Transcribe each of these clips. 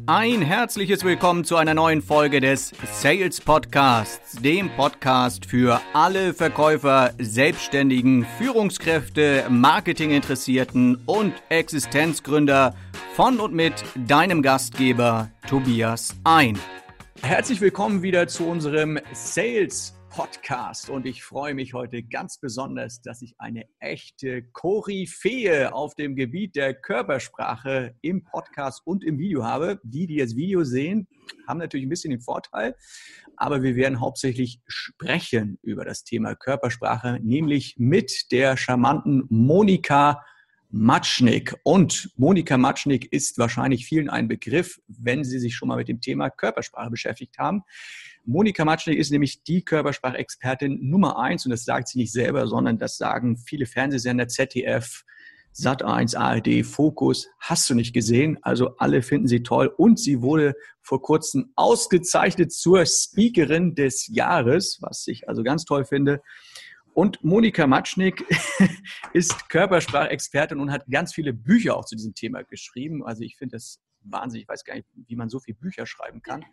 Ein herzliches Willkommen zu einer neuen Folge des Sales Podcasts, dem Podcast für alle Verkäufer, Selbstständigen, Führungskräfte, Marketinginteressierten und Existenzgründer von und mit deinem Gastgeber Tobias Ein. Herzlich willkommen wieder zu unserem Sales Podcast und ich freue mich heute ganz besonders, dass ich eine echte Koryphäe auf dem Gebiet der Körpersprache im Podcast und im Video habe. Die das Video sehen, haben natürlich ein bisschen den Vorteil, aber wir werden hauptsächlich sprechen über das Thema Körpersprache, nämlich mit der charmanten Monika Matschnick. Und Monika Matschnick ist wahrscheinlich vielen ein Begriff, wenn sie sich schon mal mit dem Thema Körpersprache beschäftigt haben. Monika Matschnick ist nämlich die Körpersprachexpertin Nummer 1 und das sagt sie nicht selber, sondern das sagen viele Fernsehsender, ZDF, Sat.1, ARD, Focus, hast du nicht gesehen. Also alle finden sie toll und sie wurde vor kurzem ausgezeichnet zur Speakerin des Jahres, was ich also ganz toll finde. Und Monika Matschnick ist Körpersprachexpertin und hat ganz viele Bücher auch zu diesem Thema geschrieben. Also ich finde das wahnsinnig, ich weiß gar nicht, wie man so viele Bücher schreiben kann.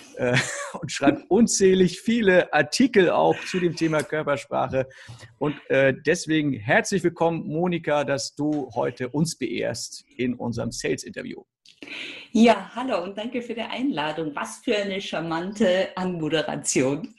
Und schreibt unzählig viele Artikel auch zu dem Thema Körpersprache. Und deswegen herzlich willkommen, Monika, dass du heute uns beehrst in unserem Sales-Interview. Ja, hallo und danke für die Einladung. Was für eine charmante Anmoderation.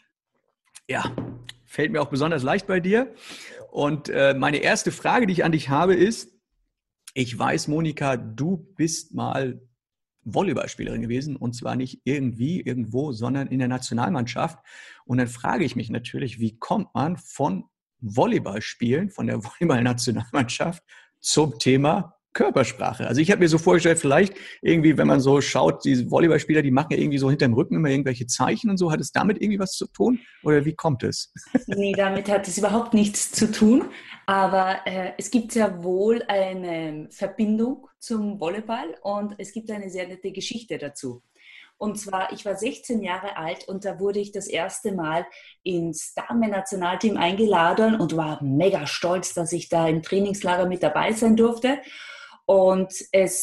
Ja, fällt mir auch besonders leicht bei dir. Und meine erste Frage, die ich an dich habe, ist, ich weiß, Monika, du bist mal Volleyballspielerin gewesen und zwar nicht irgendwie, irgendwo, sondern in der Nationalmannschaft. Und dann frage ich mich natürlich, wie kommt man von Volleyballspielen, von der Volleyball-Nationalmannschaft zum Thema Körpersprache? Also ich habe mir so vorgestellt, vielleicht irgendwie, wenn man so schaut, diese Volleyballspieler, die machen ja irgendwie so hinterm Rücken immer irgendwelche Zeichen und so. Hat es damit irgendwie was zu tun oder wie kommt es? Nee, damit hat es überhaupt nichts zu tun. Aber es gibt sehr wohl eine Verbindung zum Volleyball und es gibt eine sehr nette Geschichte dazu. Und zwar, ich war 16 Jahre alt und da wurde ich das erste Mal ins Damen-Nationalteam eingeladen und war mega stolz, dass ich da im Trainingslager mit dabei sein durfte. Und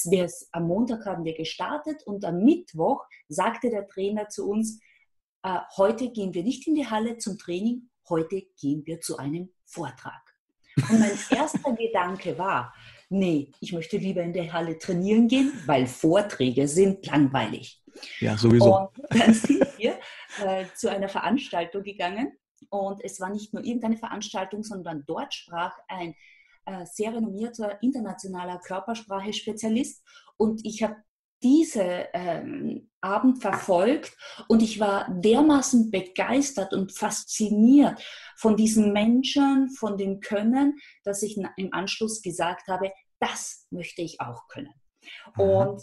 am Montag haben wir gestartet und am Mittwoch sagte der Trainer zu uns, heute gehen wir nicht in die Halle zum Training, heute gehen wir zu einem Vortrag. Und mein erster Gedanke war, nee, ich möchte lieber in der Halle trainieren gehen, weil Vorträge sind langweilig. Ja, sowieso. Und dann sind wir zu einer Veranstaltung gegangen und es war nicht nur irgendeine Veranstaltung, sondern dort sprach ein sehr renommierter internationaler Körpersprache-Spezialist und ich habe diese Abend verfolgt und ich war dermaßen begeistert und fasziniert von diesen Menschen, von dem Können, dass ich im Anschluss gesagt habe, das möchte ich auch können. Aha. Und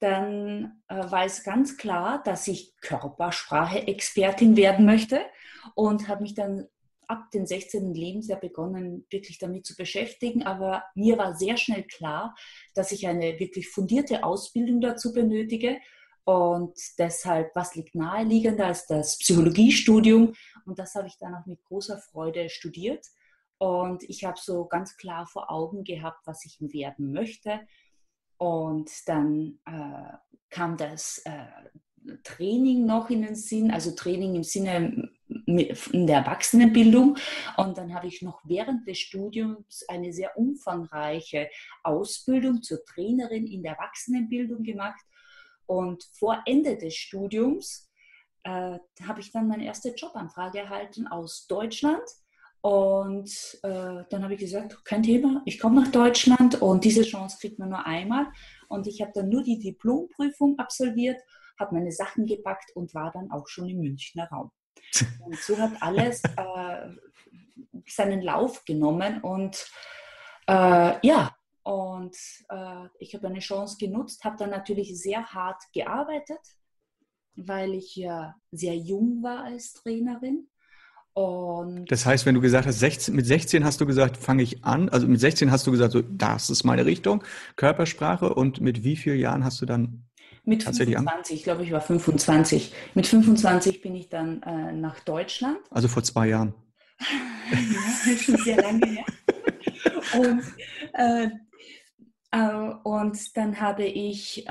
dann war es ganz klar, dass ich Körpersprache-Expertin werden möchte und habe mich dann ab dem 16. Lebensjahr begonnen, wirklich damit zu beschäftigen. Aber mir war sehr schnell klar, dass ich eine wirklich fundierte Ausbildung dazu benötige. Und deshalb, was liegt naheliegender als das Psychologiestudium? Und das habe ich dann auch mit großer Freude studiert. Und ich habe so ganz klar vor Augen gehabt, was ich werden möchte. Und dann kam das Training noch in den Sinn, also Training im Sinne in der Erwachsenenbildung. Und dann habe ich noch während des Studiums eine sehr umfangreiche Ausbildung zur Trainerin in der Erwachsenenbildung gemacht. Und vor Ende des Studiums habe ich dann meine erste Jobanfrage erhalten aus Deutschland. Und dann habe ich gesagt, kein Thema, ich komme nach Deutschland und diese Chance kriegt man nur einmal. Und ich habe dann nur die Diplomprüfung absolviert, habe meine Sachen gepackt und war dann auch schon im Münchner Raum. Und so hat alles seinen Lauf genommen und ich habe eine Chance genutzt, habe dann natürlich sehr hart gearbeitet, weil ich ja sehr jung war als Trainerin. Und das heißt, wenn du gesagt hast, mit 16 hast du gesagt, fange ich an, also mit 16 hast du gesagt, so, das ist meine Richtung, Körpersprache, und mit wie vielen Jahren hast du dann mit tatsächlich 25, ich glaube, ich war 25. Mit 25 bin ich dann nach Deutschland. Also vor 2 Jahren. Ja, schon sehr lange her. Und Und dann habe ich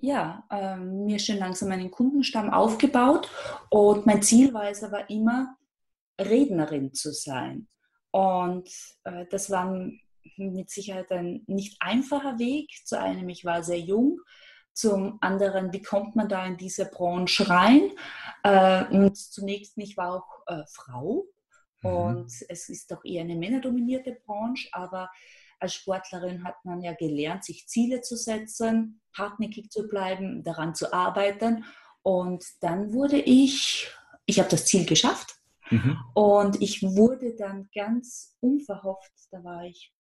mir schon langsam einen Kundenstamm aufgebaut und mein Ziel war es aber immer, Rednerin zu sein. Und das war mit Sicherheit ein nicht einfacher Weg. Zu einem, ich war sehr jung, zum anderen, wie kommt man da in diese Branche rein? Und zunächst, ich war auch Frau und es ist doch eher eine männerdominierte Branche, aber als Sportlerin hat man ja gelernt, sich Ziele zu setzen, hartnäckig zu bleiben, daran zu arbeiten. Und dann ich habe das Ziel geschafft Mhm. und ich wurde dann ganz unverhofft, da war ich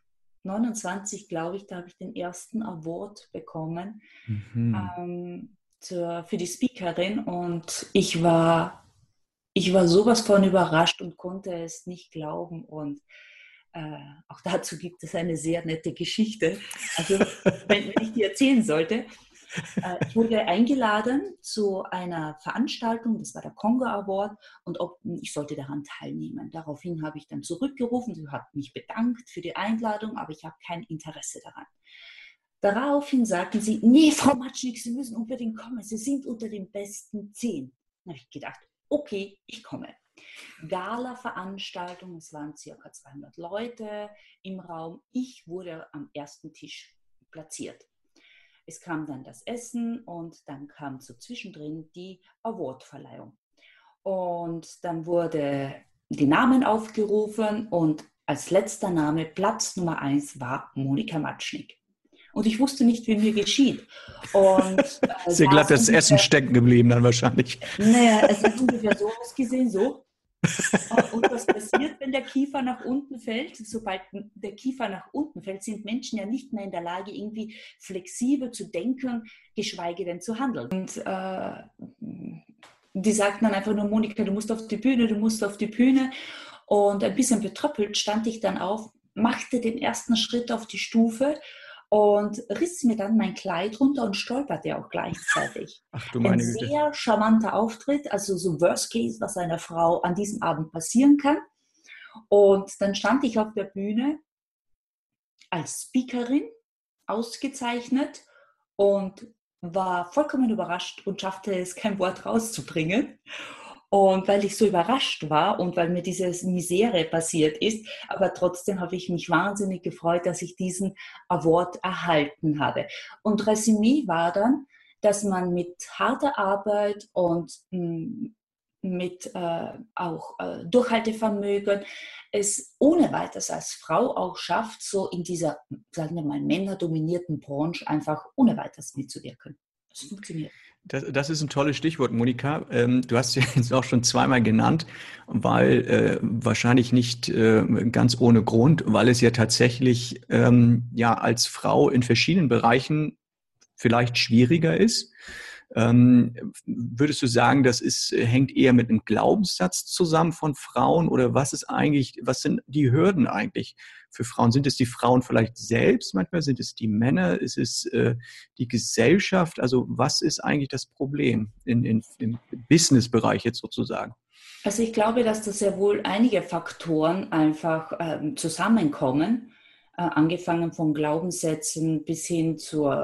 29, glaube ich, da habe ich den ersten Award bekommen Mhm. für die Speakerin und ich war sowas von überrascht und konnte es nicht glauben und auch dazu gibt es eine sehr nette Geschichte. Also wenn ich die erzählen sollte, ich wurde eingeladen zu einer Veranstaltung, das war der Congo Award, und ich sollte daran teilnehmen. Daraufhin habe ich dann zurückgerufen, sie hat mich bedankt für die Einladung, aber ich habe kein Interesse daran. Daraufhin sagten sie, nee, Frau Matschnik, Sie müssen unbedingt kommen, Sie sind unter den besten 10. Dann habe ich gedacht, okay, ich komme. Gala-Veranstaltung, es waren ca. 200 Leute im Raum. Ich wurde am ersten Tisch platziert. Es kam dann das Essen und dann kam so zwischendrin die Awardverleihung. Und dann wurde die Namen aufgerufen und als letzter Name, Platz Nummer 1, war Monika Matschnik. Und ich wusste nicht, wie mir geschieht. Und Ist dir glatt saß das Essen ungefähr, stecken geblieben dann wahrscheinlich. naja, es hat ungefähr so ausgesehen, so. Und was passiert, wenn der Kiefer nach unten fällt? Sobald der Kiefer nach unten fällt, sind Menschen ja nicht mehr in der Lage, irgendwie flexibel zu denken, geschweige denn zu handeln. Und die sagten dann einfach nur, Monika, du musst auf die Bühne, du musst auf die Bühne. Und ein bisschen betröppelt stand ich dann auf, machte den ersten Schritt auf die Stufe und riss mir dann mein Kleid runter und stolperte auch gleichzeitig. Ach du Ein meine Güte. sehr charmanter Auftritt, also so Worst Case, was einer Frau an diesem Abend passieren kann. Und dann stand ich auf der Bühne als Speakerin, ausgezeichnet und war vollkommen überrascht und schaffte es, kein Wort rauszubringen. Und weil ich so überrascht war und weil mir diese Misere passiert ist, aber trotzdem habe ich mich wahnsinnig gefreut, dass ich diesen Award erhalten habe. Und Resümee war dann, dass man mit harter Arbeit und mit auch Durchhaltevermögen es ohne weiteres als Frau auch schafft, so in dieser, sagen wir mal, männerdominierten Branche einfach ohne weiteres mitzuwirken. Das funktioniert. Das ist ein tolles Stichwort, Monika. Du hast ja jetzt auch schon zweimal genannt, weil wahrscheinlich nicht ganz ohne Grund, weil es ja tatsächlich ja als Frau in verschiedenen Bereichen vielleicht schwieriger ist. Würdest du sagen, hängt eher mit einem Glaubenssatz zusammen von Frauen oder was sind die Hürden eigentlich für Frauen? Sind es die Frauen vielleicht selbst manchmal? Sind es die Männer? Ist es die Gesellschaft? Also was ist eigentlich das Problem im Business-Bereich jetzt sozusagen? Also ich glaube, dass da sehr wohl einige Faktoren einfach zusammenkommen, angefangen von Glaubenssätzen bis hin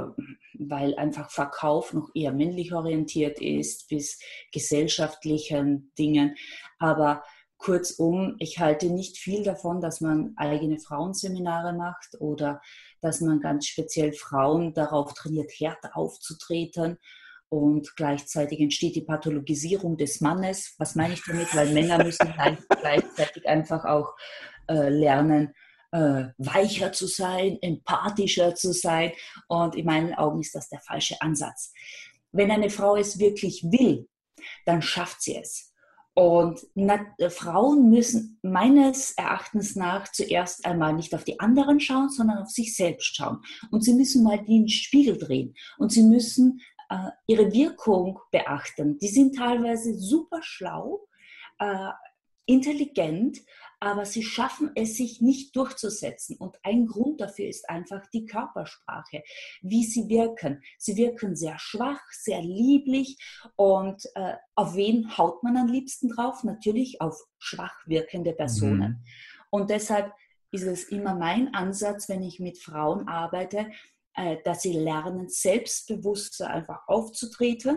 weil einfach Verkauf noch eher männlich orientiert ist, bis gesellschaftlichen Dingen. Aber kurzum, ich halte nicht viel davon, dass man eigene Frauenseminare macht oder dass man ganz speziell Frauen darauf trainiert, härter aufzutreten. Und gleichzeitig entsteht die Pathologisierung des Mannes. Was meine ich damit? Weil Männer müssen gleichzeitig einfach auch lernen, weicher zu sein, empathischer zu sein. Und in meinen Augen ist das der falsche Ansatz. Wenn eine Frau es wirklich will, dann schafft sie es. Und Frauen müssen meines Erachtens nach zuerst einmal nicht auf die anderen schauen, sondern auf sich selbst schauen. Und sie müssen mal den Spiegel drehen. Und sie müssen ihre Wirkung beachten. Die sind teilweise super schlau, äh, intelligent, aber sie schaffen es, sich nicht durchzusetzen. Und ein Grund dafür ist einfach die Körpersprache, wie sie wirken. Sie wirken sehr schwach, sehr lieblich. Und auf wen haut man am liebsten drauf? Natürlich auf schwach wirkende Personen. Mhm. Und deshalb ist es immer mein Ansatz, wenn ich mit Frauen arbeite, dass sie lernen, selbstbewusster einfach aufzutreten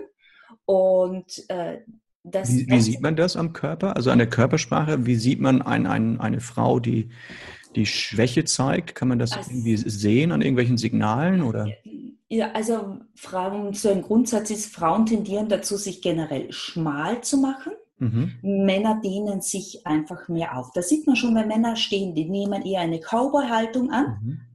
und das Wie sieht man das am Körper? Also an der Körpersprache, wie sieht man eine Frau, die Schwäche zeigt? Kann man das irgendwie als sehen an irgendwelchen Signalen oder? ja, also Frauen, so ein Grundsatz ist, Frauen tendieren dazu, sich generell schmal zu machen. Mhm. Männer dehnen sich einfach mehr auf. Das sieht man schon, wenn Männer stehen, die nehmen eher eine Cowboy-Haltung Mhm.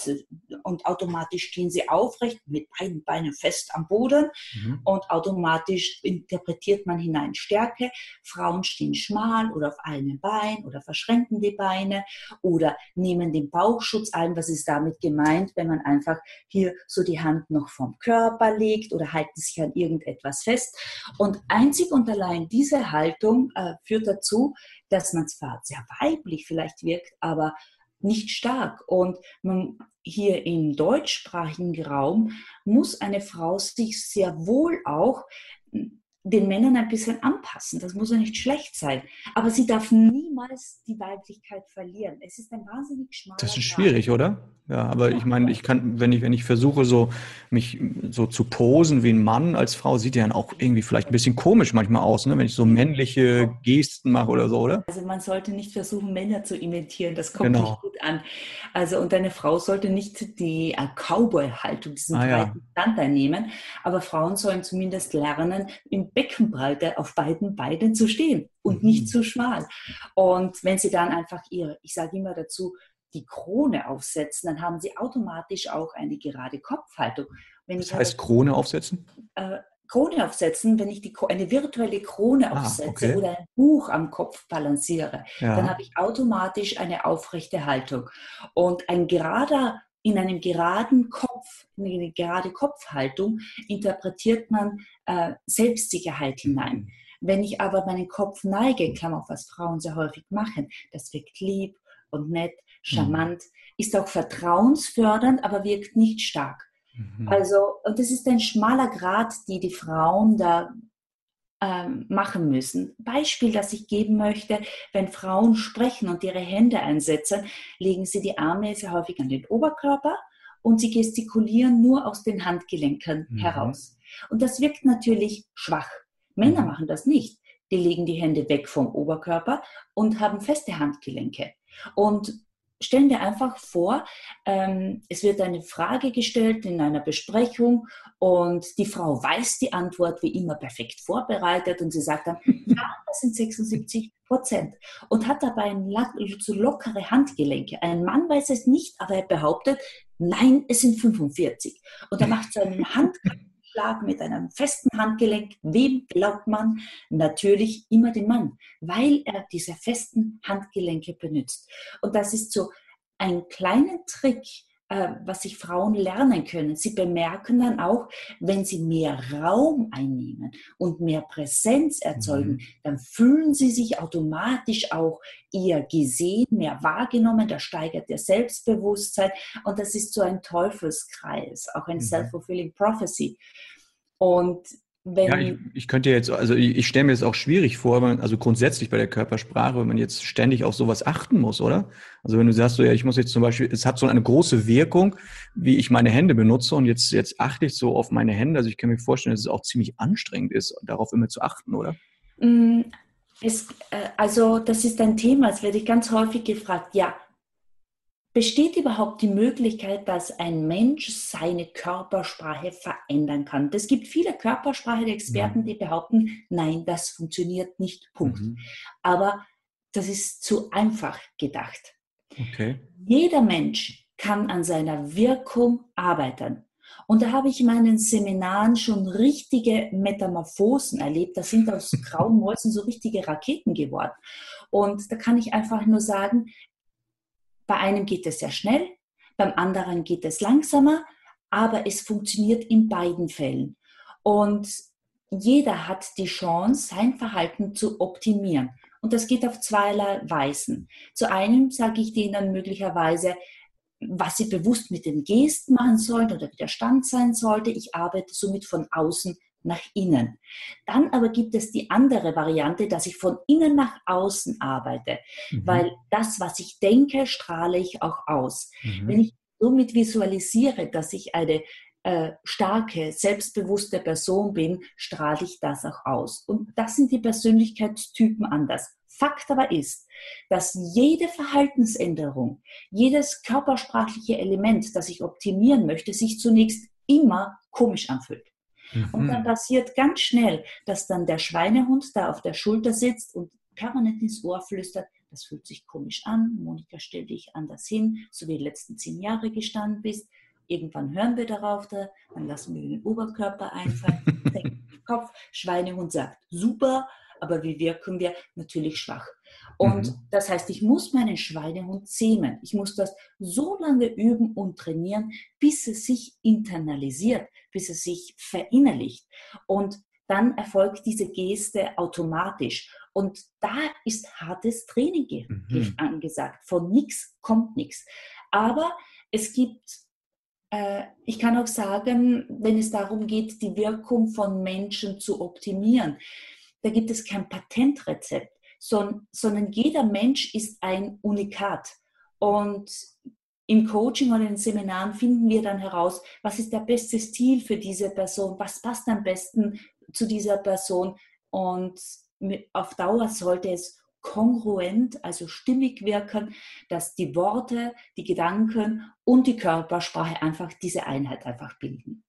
und automatisch stehen sie aufrecht mit beiden Beinen fest am Boden Mhm. und automatisch interpretiert man hinein Stärke. Frauen stehen schmal oder auf einem Bein oder verschränken die Beine oder nehmen den Bauchschutz ein. Was ist damit gemeint, wenn man einfach hier so die Hand noch vom Körper legt oder halten sich an irgendetwas fest? Und einzig und allein diese Haltung führt dazu, dass man zwar sehr weiblich vielleicht wirkt, aber nicht stark. Und hier im deutschsprachigen Raum muss eine Frau sich sehr wohl auch den Männern ein bisschen anpassen. Das muss ja nicht schlecht sein. Aber sie darf niemals die Weiblichkeit verlieren. Es ist ein wahnsinnig Das schmaler ist Grat. schwierig, oder? Ja, aber ich Ja, meine, ich kann, wenn ich versuche, mich so zu posen wie ein Mann als Frau, sieht ja dann auch irgendwie vielleicht ein bisschen komisch manchmal aus, ne? Wenn ich so männliche Gesten mache oder so, oder? also man sollte nicht versuchen, Männer zu imitieren. Das kommt nicht Genau. gut an. Also und eine Frau sollte nicht die Cowboy-Haltung, diesen Ah ja. breiten Stand einnehmen. Aber Frauen sollen zumindest lernen, in Beckenbreite auf beiden Beinen zu stehen und nicht Mhm. zu schmal. Und wenn sie dann einfach ich sage immer dazu, die Krone aufsetzen, dann haben sie automatisch auch eine gerade Kopfhaltung. Wenn Das ich aber heißt Krone aufsetzen? äh, Krone aufsetzen, wenn ich eine virtuelle Krone Ah, aufsetze okay. oder ein Buch am Kopf balanciere, dann Ja. habe ich automatisch eine aufrechte Haltung. Und in einem geraden Kopf, in eine gerade Kopfhaltung interpretiert man Selbstsicherheit hinein. Mhm. Wenn ich aber meinen Kopf neige, Klammer auf, was Frauen sehr häufig machen, das wirkt lieb und nett, Mhm. charmant, ist auch vertrauensfördernd, aber wirkt nicht stark. Mhm. Also, und das ist ein schmaler Grat, die Frauen da machen müssen. Beispiel, das ich geben möchte, wenn Frauen sprechen und ihre Hände einsetzen, legen sie die Arme sehr häufig an den Oberkörper und sie gestikulieren nur aus den Handgelenken Mhm. heraus. Und das wirkt natürlich schwach. Männer Mhm. machen das nicht. Die legen die Hände weg vom Oberkörper und haben feste Handgelenke. Und stellen wir einfach vor, es wird eine Frage gestellt in einer Besprechung und die Frau weiß die Antwort wie immer perfekt vorbereitet und sie sagt dann, ja, das sind 76% und hat dabei so lockere Handgelenke. Ein Mann weiß es nicht, aber er behauptet, nein, es sind 45. Und er macht so einen Handschlag mit einem festen Handgelenk. Wem glaubt man? Natürlich immer dem Mann, weil er diese festen Handgelenke benutzt. Und das ist so ein kleiner Trick, was sich Frauen lernen können. Sie bemerken dann auch, wenn sie mehr Raum einnehmen und mehr Präsenz erzeugen, Mhm. dann fühlen sie sich automatisch auch eher gesehen, mehr wahrgenommen, da steigert ihr Selbstbewusstsein und das ist so ein Teufelskreis, auch ein Mhm. self-fulfilling prophecy. Und Ja, wenn ich könnte jetzt, also ich stelle mir das auch schwierig vor, also grundsätzlich bei der Körpersprache, wenn man jetzt ständig auf sowas achten muss, oder? Also wenn du sagst, so, ja, ich muss jetzt zum Beispiel, es hat so eine große Wirkung, wie ich meine Hände benutze und jetzt achte ich so auf meine Hände. Also ich kann mir vorstellen, dass es auch ziemlich anstrengend ist, darauf immer zu achten, oder? mh, also das ist ein Thema, es werde ich ganz häufig gefragt, ja, besteht überhaupt die Möglichkeit, dass ein Mensch seine Körpersprache verändern kann? Es gibt viele Körpersprache-Experten, Mhm. die behaupten, nein, das funktioniert nicht, Punkt. Mhm. Aber das ist zu einfach gedacht. Okay. Jeder Mensch kann an seiner Wirkung arbeiten. Und da habe ich in meinen Seminaren schon richtige Metamorphosen erlebt. Da sind aus grauen Mäusen so richtige Raketen geworden. Und da kann ich einfach nur sagen, bei einem geht es sehr schnell, beim anderen geht es langsamer, aber es funktioniert in beiden Fällen. Und jeder hat die Chance, sein Verhalten zu optimieren. Und das geht auf zweierlei Weisen. Zu einem sage ich denen möglicherweise, was sie bewusst mit den Gesten machen sollten oder wie der Stand sein sollte. Ich arbeite somit von außen nach innen. Dann aber gibt es die andere Variante, dass ich von innen nach außen arbeite, weil das, was ich denke, strahle ich auch aus. Wenn ich somit visualisiere, dass ich eine starke, selbstbewusste Person bin, strahle ich das auch aus. Und das sind die Persönlichkeitstypen anders. Fakt aber ist, dass jede Verhaltensänderung, jedes körpersprachliche Element, das ich optimieren möchte, sich zunächst immer komisch anfühlt. Und dann passiert ganz schnell, dass dann der Schweinehund da auf der Schulter sitzt und permanent ins Ohr flüstert, das fühlt sich komisch an, Monika, stell dich anders hin, so wie die letzten 10 Jahre gestanden bist. Irgendwann hören wir darauf, dann lassen wir den Oberkörper einfallen, den Kopf, Schweinehund sagt, super, aber wie wirken wir? Natürlich schwach. Und das heißt, ich muss meinen Schweinehund zähmen. Ich muss das so lange üben und trainieren, bis es sich internalisiert, bis es sich verinnerlicht. Und dann erfolgt diese Geste automatisch. Und da ist hartes Training angesagt. Von nichts kommt nichts. Aber es gibt, ich kann auch sagen, wenn es darum geht, die Wirkung von Menschen zu optimieren, da gibt es kein Patentrezept, sondern jeder Mensch ist ein Unikat. Und im Coaching oder in Seminaren finden wir dann heraus, was ist der beste Stil für diese Person, was passt am besten zu dieser Person. Und auf Dauer sollte es kongruent, also stimmig wirken, dass die Worte, die Gedanken und die Körpersprache einfach diese Einheit einfach bilden.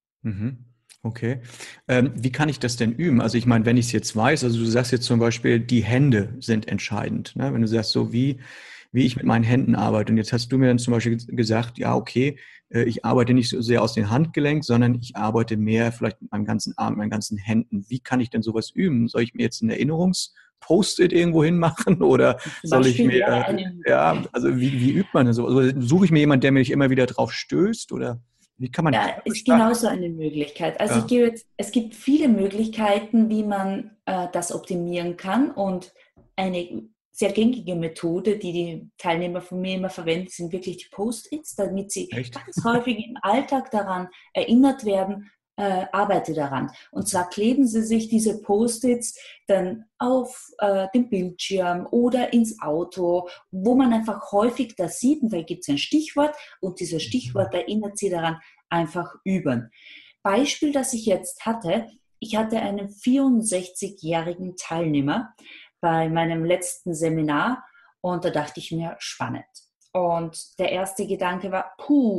Okay. Wie kann ich das denn üben? Also ich meine, wenn ich es jetzt weiß, also du sagst jetzt zum Beispiel, die Hände sind entscheidend. Ne? Wenn du sagst, so wie ich mit meinen Händen arbeite. Und jetzt hast du mir dann zum Beispiel gesagt, ja, okay, ich arbeite nicht so sehr aus den Handgelenken, sondern ich arbeite mehr vielleicht mit meinem ganzen Arm, meinen ganzen Händen. Wie kann ich denn sowas üben? Soll ich mir jetzt ein Erinnerungs-Post-it irgendwo hinmachen oder soll ich mir, also wie übt man denn so? Also suche ich mir jemanden, der mich immer wieder drauf stößt oder? Wie kann man ist genauso eine Möglichkeit. Also es gibt viele Möglichkeiten, wie man das optimieren kann. Und eine sehr gängige Methode, die die Teilnehmer von mir immer verwenden, sind wirklich die Post-its, damit sie ganz häufig im Alltag daran erinnert werden, arbeite daran. Und zwar kleben sie sich diese Post-its dann auf den Bildschirm oder ins Auto, wo man einfach häufig das sieht. Und da gibt es ein Stichwort und dieses Stichwort erinnert sie daran, einfach üben. Beispiel, das ich jetzt hatte, ich hatte einen 64-jährigen Teilnehmer bei meinem letzten Seminar und da dachte ich mir, spannend. Und der erste Gedanke war,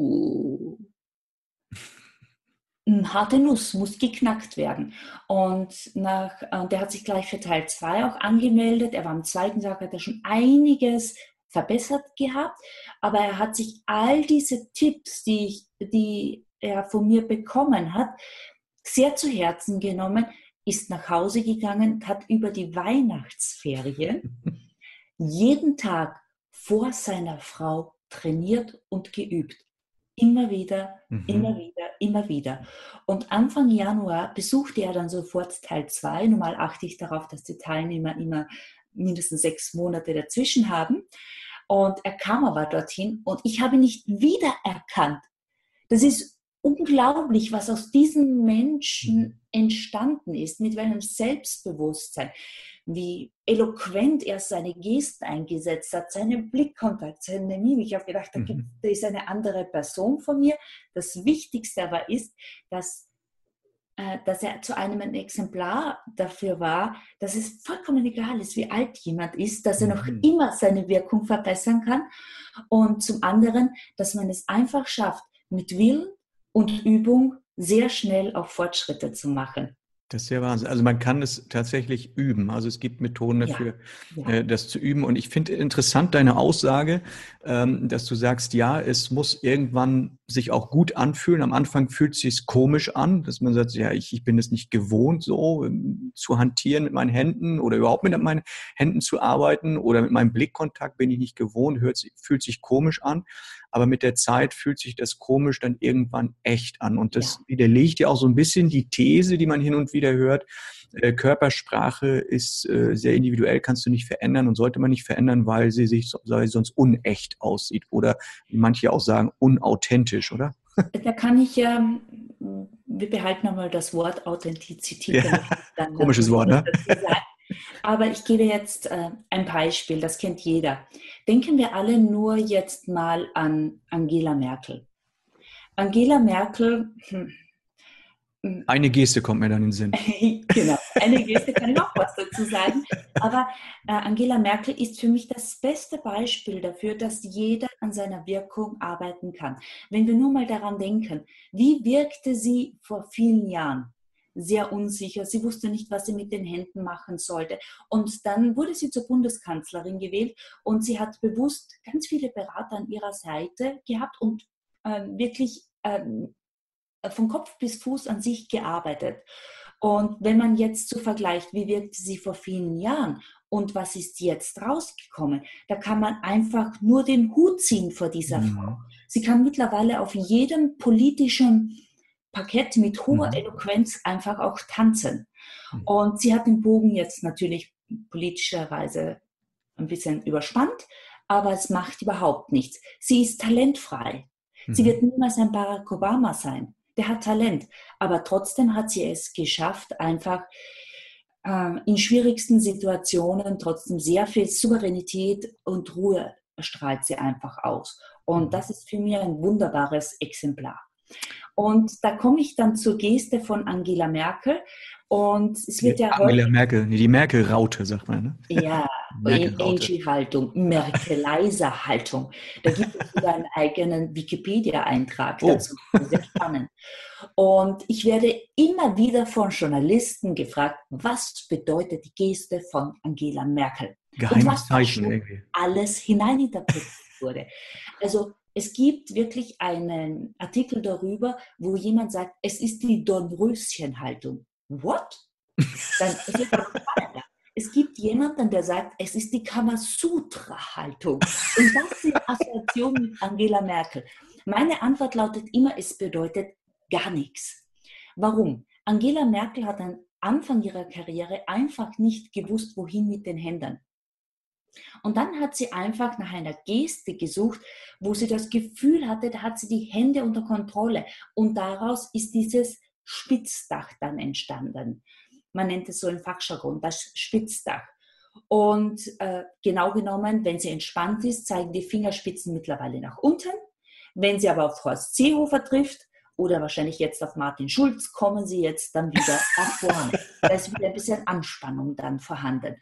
harte Nuss muss geknackt werden. Und der hat sich gleich für Teil 2 auch angemeldet. Er war am zweiten Tag, hat er schon einiges verbessert gehabt, aber er hat sich all diese Tipps, die er von mir bekommen hat, sehr zu Herzen genommen, ist nach Hause gegangen, hat über die Weihnachtsferien jeden Tag vor seiner Frau trainiert und geübt. Immer wieder, immer wieder, immer wieder. Und Anfang Januar besuchte er dann sofort Teil 2. Normal achte ich darauf, dass die Teilnehmer immer mindestens 6 Monate dazwischen haben. Und er kam aber dorthin und ich habe ihn nicht wiedererkannt. Das ist unglaublich, was aus diesen Menschen entstanden ist, mit welchem Selbstbewusstsein, wie eloquent er seine Gesten eingesetzt hat, seinen Blickkontakt, seine Mimik. Ich habe gedacht, da ist eine andere Person von mir. Das Wichtigste aber ist, dass er zu einem ein Exemplar dafür war, dass es vollkommen egal ist, wie alt jemand ist, dass er noch immer seine Wirkung verbessern kann. Und zum anderen, dass man es einfach schafft, mit Willen und Übung sehr schnell auch Fortschritte zu machen. Das ist ja Wahnsinn. Also man kann es tatsächlich üben. Also es gibt Methoden dafür, das zu üben. Und ich finde interessant deine Aussage, dass du sagst, ja, es muss irgendwann sich auch gut anfühlen. Am Anfang fühlt es sich komisch an, dass man sagt, ja, ich bin es nicht gewohnt, so zu hantieren mit meinen Händen oder überhaupt mit meinen Händen zu arbeiten oder mit meinem Blickkontakt bin ich nicht gewohnt, fühlt sich komisch an. Aber mit der Zeit fühlt sich das komisch dann irgendwann echt an. Und das widerlegt ja auch so ein bisschen die These, die man hin und wieder hört. Körpersprache ist sehr individuell, kannst du nicht verändern und sollte man nicht verändern, weil sie sonst unecht aussieht oder wie manche auch sagen, unauthentisch, oder? Da kann ich wir behalten einmal das Wort Authentizität. Ja, komisches Wort, ne? Aber ich gebe jetzt ein Beispiel, das kennt jeder. Denken wir alle nur jetzt mal an Angela Merkel. Angela Merkel, eine Geste kommt mir dann in den Sinn. genau, eine Geste kann ich auch was dazu sagen. Aber Angela Merkel ist für mich das beste Beispiel dafür, dass jeder an seiner Wirkung arbeiten kann. Wenn wir nur mal daran denken, wie wirkte sie vor vielen Jahren? Sehr unsicher, sie wusste nicht, was sie mit den Händen machen sollte. Und dann wurde sie zur Bundeskanzlerin gewählt und sie hat bewusst ganz viele Berater an ihrer Seite gehabt und wirklich von Kopf bis Fuß an sich gearbeitet. Und wenn man jetzt so vergleicht, wie wirkte sie vor vielen Jahren und was ist jetzt rausgekommen, da kann man einfach nur den Hut ziehen vor dieser Frau. Sie kann mittlerweile auf jedem politischen Parkett mit hoher Eloquenz einfach auch tanzen. Und sie hat den Bogen jetzt natürlich politischerweise ein bisschen überspannt, aber es macht überhaupt nichts. Sie ist talentfrei. Sie wird niemals ein Barack Obama sein. Der hat Talent, aber trotzdem hat sie es geschafft, einfach in schwierigsten Situationen trotzdem sehr viel Souveränität und Ruhe strahlt sie einfach aus. Und das ist für mich ein wunderbares Exemplar. Und da komme ich dann zur Geste von Angela Merkel. Und es wird ja Angela Merkel, die Merkel-Raute, sagt man, ne? Ja, Angie-Haltung, Merkelizer-Haltung. Da gibt es sogar einen eigenen Wikipedia-Eintrag dazu. Sehr spannend. Und ich werde immer wieder von Journalisten gefragt, was bedeutet die Geste von Angela Merkel? Geheimes Zeichen irgendwie. Alles hineininterpretiert wurde. Also es gibt wirklich einen Artikel darüber, wo jemand sagt, es ist die Dornröschen-Haltung. What? Dann ist es spannender. Es gibt jemanden, der sagt, es ist die Kamasutra-Haltung. Und das sind Assoziationen mit Angela Merkel. Meine Antwort lautet immer, es bedeutet gar nichts. Warum? Angela Merkel hat am Anfang ihrer Karriere einfach nicht gewusst, wohin mit den Händen. Und dann hat sie einfach nach einer Geste gesucht, wo sie das Gefühl hatte, da hat sie die Hände unter Kontrolle. Und daraus ist dieses Spitzdach dann entstanden. Man nennt es so im Fachjargon, das Spitzdach. Und genau genommen, wenn sie entspannt ist, zeigen die Fingerspitzen mittlerweile nach unten. Wenn sie aber auf Horst Seehofer trifft oder wahrscheinlich jetzt auf Martin Schulz, kommen sie jetzt dann wieder nach vorne. Da ist wieder ein bisschen Anspannung dann vorhanden.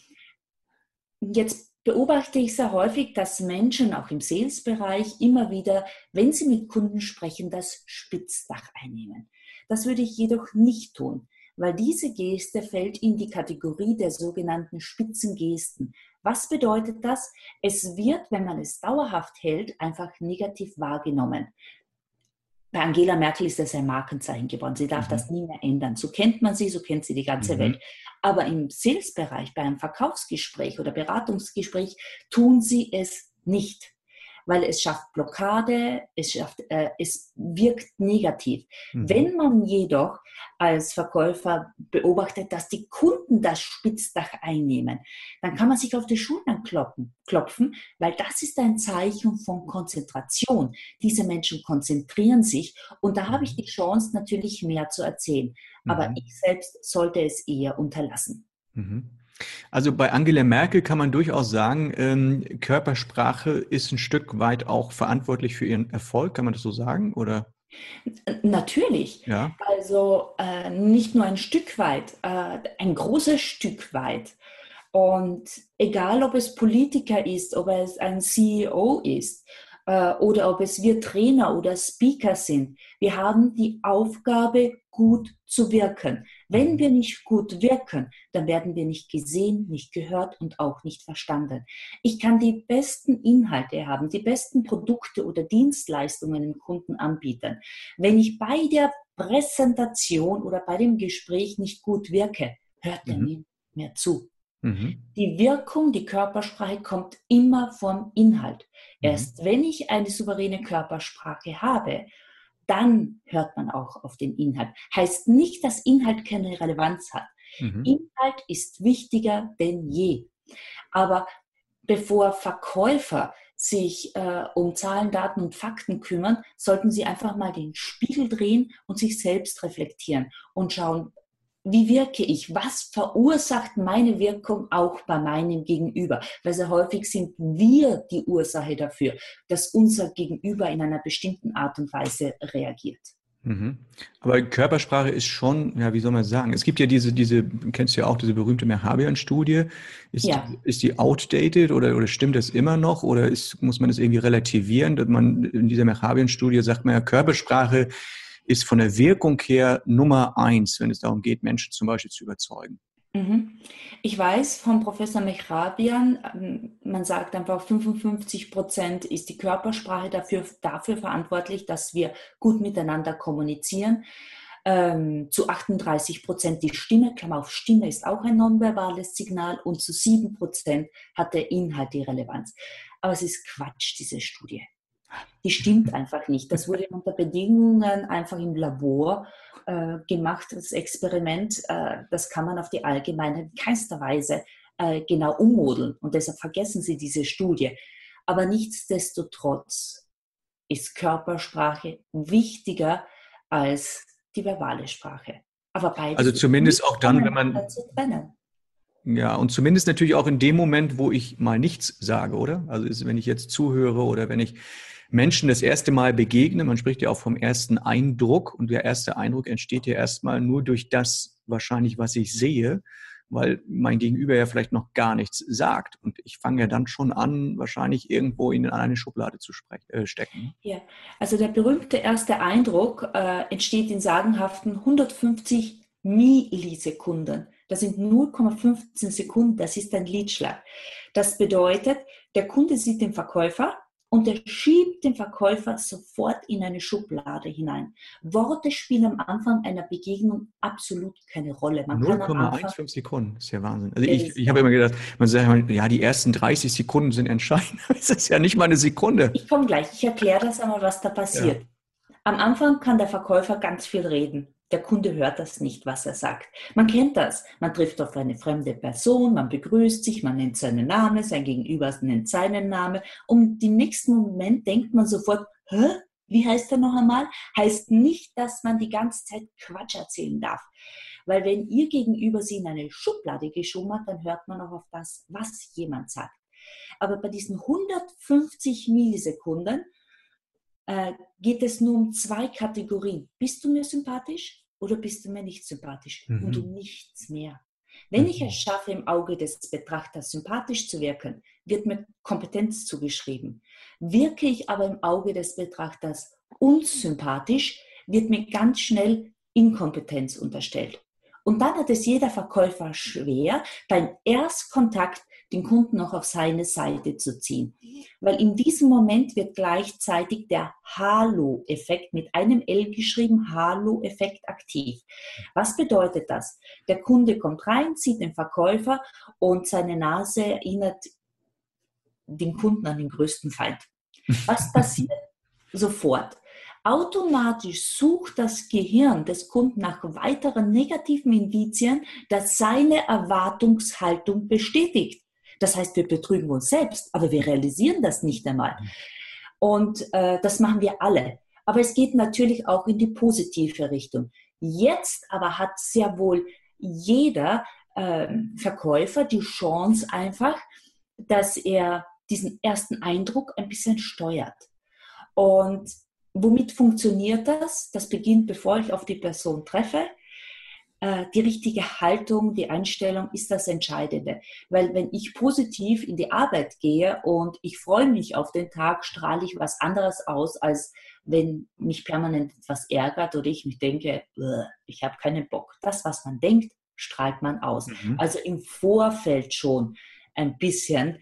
Jetzt beobachte ich sehr häufig, dass Menschen auch im Sales-Bereich immer wieder, wenn sie mit Kunden sprechen, das Spitzdach einnehmen. Das würde ich jedoch nicht tun, weil diese Geste fällt in die Kategorie der sogenannten Spitzengesten. Was bedeutet das? Es wird, wenn man es dauerhaft hält, einfach negativ wahrgenommen. Bei Angela Merkel ist das ein Markenzeichen geworden. Sie darf das nie mehr ändern. So kennt man sie, so kennt sie die ganze Welt. Aber im Sales-Bereich, bei einem Verkaufsgespräch oder Beratungsgespräch, tun sie es nicht. Weil es schafft Blockade, es wirkt negativ. Wenn man jedoch als Verkäufer beobachtet, dass die Kunden das Spitzdach einnehmen, dann kann man sich auf die Schultern klopfen, weil das ist ein Zeichen von Konzentration. Diese Menschen konzentrieren sich und da habe ich die Chance, natürlich mehr zu erzählen. Aber ich selbst sollte es eher unterlassen. Also bei Angela Merkel kann man durchaus sagen, Körpersprache ist ein Stück weit auch verantwortlich für ihren Erfolg. Kann man das so sagen? Oder? Natürlich. Ja. Also nicht nur ein Stück weit, ein großes Stück weit. Und egal, ob es Politiker ist, ob es ein CEO ist oder ob es wir Trainer oder Speaker sind, wir haben die Aufgabe, gut zu wirken. Wenn wir nicht gut wirken, dann werden wir nicht gesehen, nicht gehört und auch nicht verstanden. Ich kann die besten Inhalte haben, die besten Produkte oder Dienstleistungen dem Kunden anbieten. Wenn ich bei der Präsentation oder bei dem Gespräch nicht gut wirke, hört er mir mehr zu. Die Wirkung, die Körpersprache kommt immer vom Inhalt. Erst wenn ich eine souveräne Körpersprache habe, dann hört man auch auf den Inhalt. Heißt nicht, dass Inhalt keine Relevanz hat. Inhalt ist wichtiger denn je. Aber bevor Verkäufer sich um Zahlen, Daten und Fakten kümmern, sollten sie einfach mal den Spiegel drehen und sich selbst reflektieren und schauen, wie wirke ich? Was verursacht meine Wirkung auch bei meinem Gegenüber? Weil sehr häufig sind wir die Ursache dafür, dass unser Gegenüber in einer bestimmten Art und Weise reagiert. Mhm. Aber Körpersprache ist schon, ja, wie soll man sagen? Es gibt ja kennst du ja auch diese berühmte Mehrabian-Studie. Ja. Ist die outdated oder stimmt das immer noch? Oder muss man das irgendwie relativieren? Dass man in dieser Mehrabian-Studie sagt man ja, Körpersprache ist von der Wirkung her Nummer 1, wenn es darum geht, Menschen zum Beispiel zu überzeugen. Mhm. Ich weiß von Professor Mehrabian, man sagt einfach, 55% ist die Körpersprache dafür verantwortlich, dass wir gut miteinander kommunizieren. Zu 38% die Stimme, Klammer auf, Stimme ist auch ein nonverbales Signal, und zu 7% hat der Inhalt die Relevanz. Aber es ist Quatsch, diese Studie. Die stimmt einfach nicht. Das wurde unter Bedingungen einfach im Labor gemacht, das Experiment. Das kann man auf die Allgemeinheit in keinster Weise genau ummodeln. Und deshalb vergessen Sie diese Studie. Aber nichtsdestotrotz ist Körpersprache wichtiger als die verbale Sprache. Aber beides Also ist zumindest nicht auch dann, wenn voneinander man, zu trennen. ja, und zumindest natürlich auch in dem Moment, wo ich mal nichts sage, oder? Also wenn ich jetzt zuhöre oder wenn ich Menschen das erste Mal begegne, man spricht ja auch vom ersten Eindruck, und der erste Eindruck entsteht ja erstmal nur durch das wahrscheinlich, was ich sehe, weil mein Gegenüber ja vielleicht noch gar nichts sagt. Und ich fange ja dann schon an, wahrscheinlich irgendwo in eine Schublade zu stecken. Ja, also der berühmte erste Eindruck entsteht in sagenhaften 150 Millisekunden. Das sind 0,15 Sekunden, das ist ein Lidschlag. Das bedeutet, der Kunde sieht den Verkäufer und er schiebt den Verkäufer sofort in eine Schublade hinein. Worte spielen am Anfang einer Begegnung absolut keine Rolle. Man kann am Anfang 0,15 Sekunden, das ist ja Wahnsinn. Also ich habe immer gedacht, man sagt immer, ja, die ersten 30 Sekunden sind entscheidend. Das ist ja nicht mal eine Sekunde. Ich komme gleich, ich erkläre das einmal, was da passiert. Ja. Am Anfang kann der Verkäufer ganz viel reden. Der Kunde hört das nicht, was er sagt. Man kennt das. Man trifft auf eine fremde Person, man begrüßt sich, man nennt seinen Namen, sein Gegenüber nennt seinen Namen. Und im nächsten Moment denkt man sofort, hä? Wie heißt er noch einmal? Heißt nicht, dass man die ganze Zeit Quatsch erzählen darf. Weil wenn ihr Gegenüber sie in eine Schublade geschoben hat, dann hört man auch auf das, was jemand sagt. Aber bei diesen 150 Millisekunden geht es nur um 2 Kategorien. Bist du mir sympathisch oder bist du mir nicht sympathisch? Und um nichts mehr. Wenn ich es schaffe, im Auge des Betrachters sympathisch zu wirken, wird mir Kompetenz zugeschrieben. Wirke ich aber im Auge des Betrachters unsympathisch, wird mir ganz schnell Inkompetenz unterstellt. Und dann hat es jeder Verkäufer schwer, beim Erstkontakt den Kunden noch auf seine Seite zu ziehen. Weil in diesem Moment wird gleichzeitig der Halo-Effekt mit einem L geschrieben, Halo-Effekt aktiv. Was bedeutet das? Der Kunde kommt rein, sieht den Verkäufer und seine Nase erinnert den Kunden an den größten Feind. Was passiert? Sofort. Automatisch sucht das Gehirn des Kunden nach weiteren negativen Indizien, dass seine Erwartungshaltung bestätigt. Das heißt, wir betrügen uns selbst, aber wir realisieren das nicht einmal. Und das machen wir alle. Aber es geht natürlich auch in die positive Richtung. Jetzt aber hat sehr wohl jeder Verkäufer die Chance einfach, dass er diesen ersten Eindruck ein bisschen steuert. Und womit funktioniert das? Das beginnt, bevor ich auf die Person treffe. Die richtige Haltung, die Einstellung ist das Entscheidende. Weil wenn ich positiv in die Arbeit gehe und ich freue mich auf den Tag, strahle ich was anderes aus, als wenn mich permanent etwas ärgert oder ich mich denke, ich habe keinen Bock. Das, was man denkt, strahlt man aus. Also im Vorfeld schon ein bisschen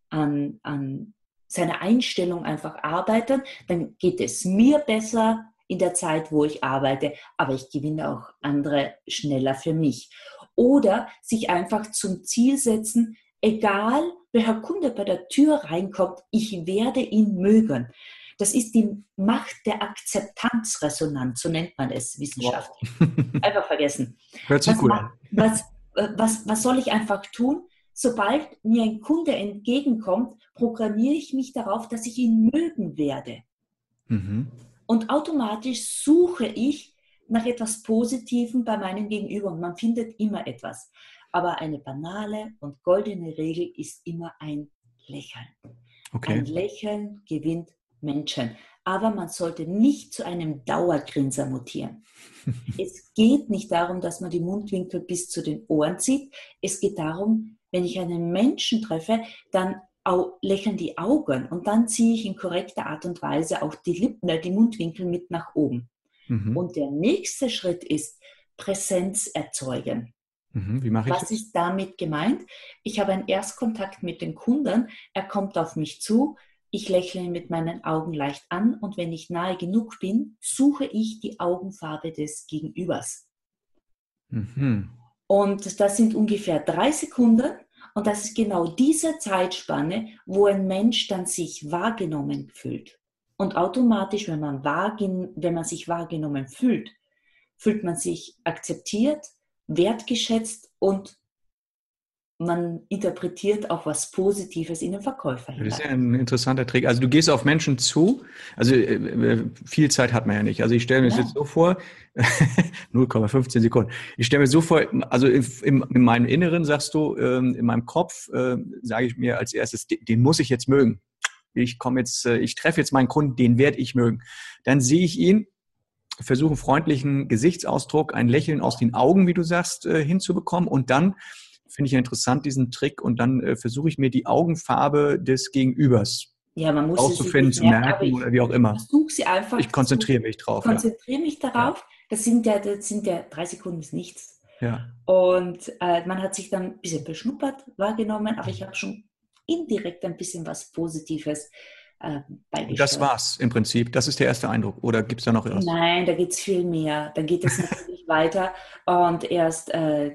an seiner Einstellung einfach arbeiten, dann geht es mir besser in der Zeit, wo ich arbeite, aber ich gewinne auch andere schneller für mich. Oder sich einfach zum Ziel setzen, egal welcher Kunde bei der Tür reinkommt, ich werde ihn mögen. Das ist die Macht der Akzeptanzresonanz, so nennt man es wissenschaftlich. Wow. Einfach vergessen. Hört sich gut an. Was soll ich einfach tun? sobald mir ein Kunde entgegenkommt, programmiere ich mich darauf, dass ich ihn mögen werde. Und automatisch suche ich nach etwas Positivem bei meinem Gegenüber. Und man findet immer etwas. Aber eine banale und goldene Regel ist immer ein Lächeln. Okay. Ein Lächeln gewinnt Menschen. Aber man sollte nicht zu einem Dauergrinser mutieren. Es geht nicht darum, dass man die Mundwinkel bis zu den Ohren zieht. Es geht darum, wenn ich einen Menschen treffe, dann lächeln die Augen und dann ziehe ich in korrekter Art und Weise auch die Lippen, die Mundwinkel mit nach oben. Und der nächste Schritt ist Präsenz erzeugen. Wie mache ich das? Was ist damit gemeint? Ich habe einen Erstkontakt mit dem Kunden, er kommt auf mich zu, ich lächle ihn mit meinen Augen leicht an und wenn ich nahe genug bin, suche ich die Augenfarbe des Gegenübers. Und das sind ungefähr 3 Sekunden und das ist genau diese Zeitspanne, wo ein Mensch dann sich wahrgenommen fühlt. Und automatisch, wenn man sich wahrgenommen fühlt, fühlt man sich akzeptiert, wertgeschätzt und man interpretiert auch was Positives in den Verkäufer hinein. Das ist ja ein interessanter Trick. Also du gehst auf Menschen zu, also viel Zeit hat man ja nicht. Also ich stelle mir das jetzt so vor, 0,15 Sekunden. Ich stelle mir so vor, also in meinem Inneren sagst du, in meinem Kopf sage ich mir als erstes, den muss ich jetzt mögen. Ich treffe jetzt meinen Kunden, den werde ich mögen. Dann sehe ich ihn, versuche einen freundlichen Gesichtsausdruck, ein Lächeln aus den Augen, wie du sagst, hinzubekommen und dann finde ich ja interessant, diesen Trick. Und dann versuche ich mir die Augenfarbe des Gegenübers auszufinden, zu merken oder wie auch immer. Versuche sie einfach. Ich konzentriere mich drauf. Konzentriere mich darauf. Ja. Das sind ja 3 Sekunden ist nichts. Ja. Und man hat sich dann ein bisschen beschnuppert, wahrgenommen, aber ich habe schon indirekt ein bisschen was Positives beigesteuert. Und das war's im Prinzip. Das ist der erste Eindruck. Oder gibt es da noch etwas? Nein, da geht es viel mehr. Dann geht es natürlich weiter. Und erst,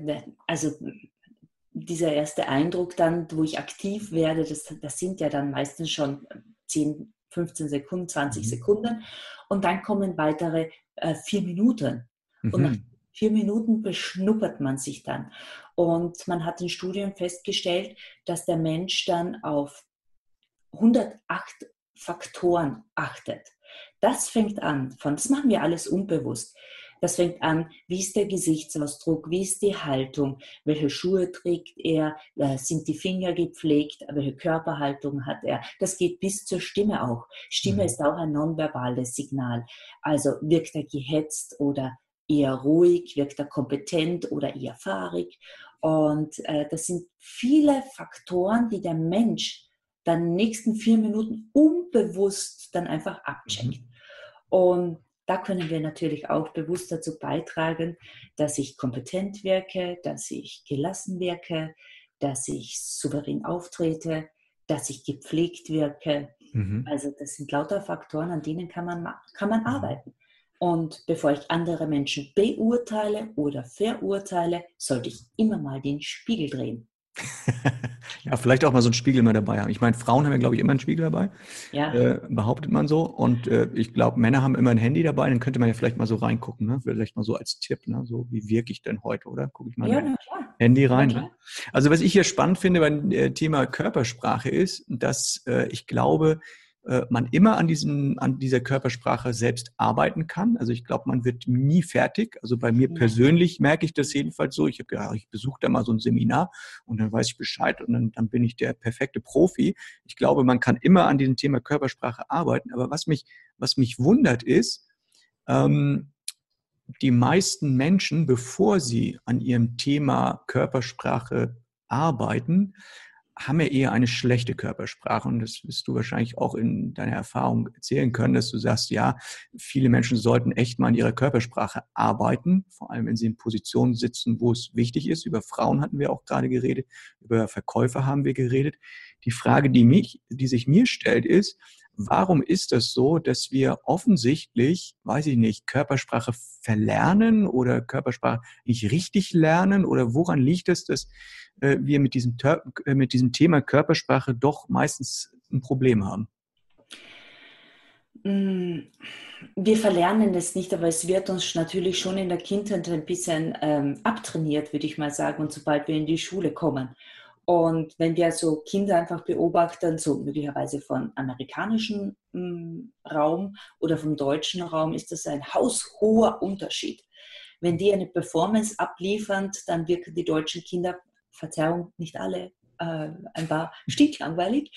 dieser erste Eindruck dann, wo ich aktiv werde, das sind ja dann meistens schon 10, 15 Sekunden, 20 Sekunden. Und dann kommen weitere 4 Minuten. Und nach 4 Minuten beschnuppert man sich dann. Und man hat in Studien festgestellt, dass der Mensch dann auf 108 Faktoren achtet. Das fängt an, das machen wir alles unbewusst. Das fängt an, wie ist der Gesichtsausdruck, wie ist die Haltung, welche Schuhe trägt er, sind die Finger gepflegt, welche Körperhaltung hat er. Das geht bis zur Stimme auch. Stimme ist auch ein nonverbales Signal. Also wirkt er gehetzt oder eher ruhig, wirkt er kompetent oder eher fahrig. Und das sind viele Faktoren, die der Mensch dann in den nächsten 4 Minuten unbewusst dann einfach abcheckt. Und da können wir natürlich auch bewusst dazu beitragen, dass ich kompetent wirke, dass ich gelassen wirke, dass ich souverän auftrete, dass ich gepflegt wirke. Also das sind lauter Faktoren, an denen kann man arbeiten. Und bevor ich andere Menschen beurteile oder verurteile, sollte ich immer mal den Spiegel drehen. Ja, vielleicht auch mal so einen Spiegel mal dabei haben. Ich meine, Frauen haben ja, glaube ich, immer einen Spiegel dabei. Ja. Behauptet man so. Und ich glaube, Männer haben immer ein Handy dabei. Dann könnte man ja vielleicht mal so reingucken. Ne? Vielleicht mal so als Tipp. Ne? So, wie wirke ich denn heute, oder? Gucke ich mal in mein Handy rein. Ne? Also was ich hier spannend finde beim Thema Körpersprache ist, dass ich glaube, man immer an dieser Körpersprache selbst arbeiten kann. Also ich glaube, man wird nie fertig. Also bei mir persönlich merke ich das jedenfalls so. Ich besuche da mal so ein Seminar und dann weiß ich Bescheid und dann bin ich der perfekte Profi. Ich glaube, man kann immer an diesem Thema Körpersprache arbeiten. Aber was mich wundert ist, die meisten Menschen, bevor sie an ihrem Thema Körpersprache arbeiten, haben ja eher eine schlechte Körpersprache und das wirst du wahrscheinlich auch in deiner Erfahrung erzählen können, dass du sagst, ja, viele Menschen sollten echt mal an ihrer Körpersprache arbeiten, vor allem wenn sie in Positionen sitzen, wo es wichtig ist. Über Frauen hatten wir auch gerade geredet, über Verkäufer haben wir geredet. Die Frage, die sich mir stellt, ist, warum ist das so, dass wir offensichtlich, weiß ich nicht, Körpersprache verlernen oder Körpersprache nicht richtig lernen oder woran liegt es, dass wir mit diesem Thema Körpersprache doch meistens ein Problem haben? Wir verlernen es nicht, aber es wird uns natürlich schon in der Kindheit ein bisschen abtrainiert, würde ich mal sagen, und sobald wir in die Schule kommen. Und wenn wir so Kinder einfach beobachten, so möglicherweise von amerikanischem Raum oder vom deutschen Raum, ist das ein haushoher Unterschied. Wenn die eine Performance abliefern, dann wirken die deutschen Kinder, Verzeihung, nicht alle, ein paar stinklangweilig.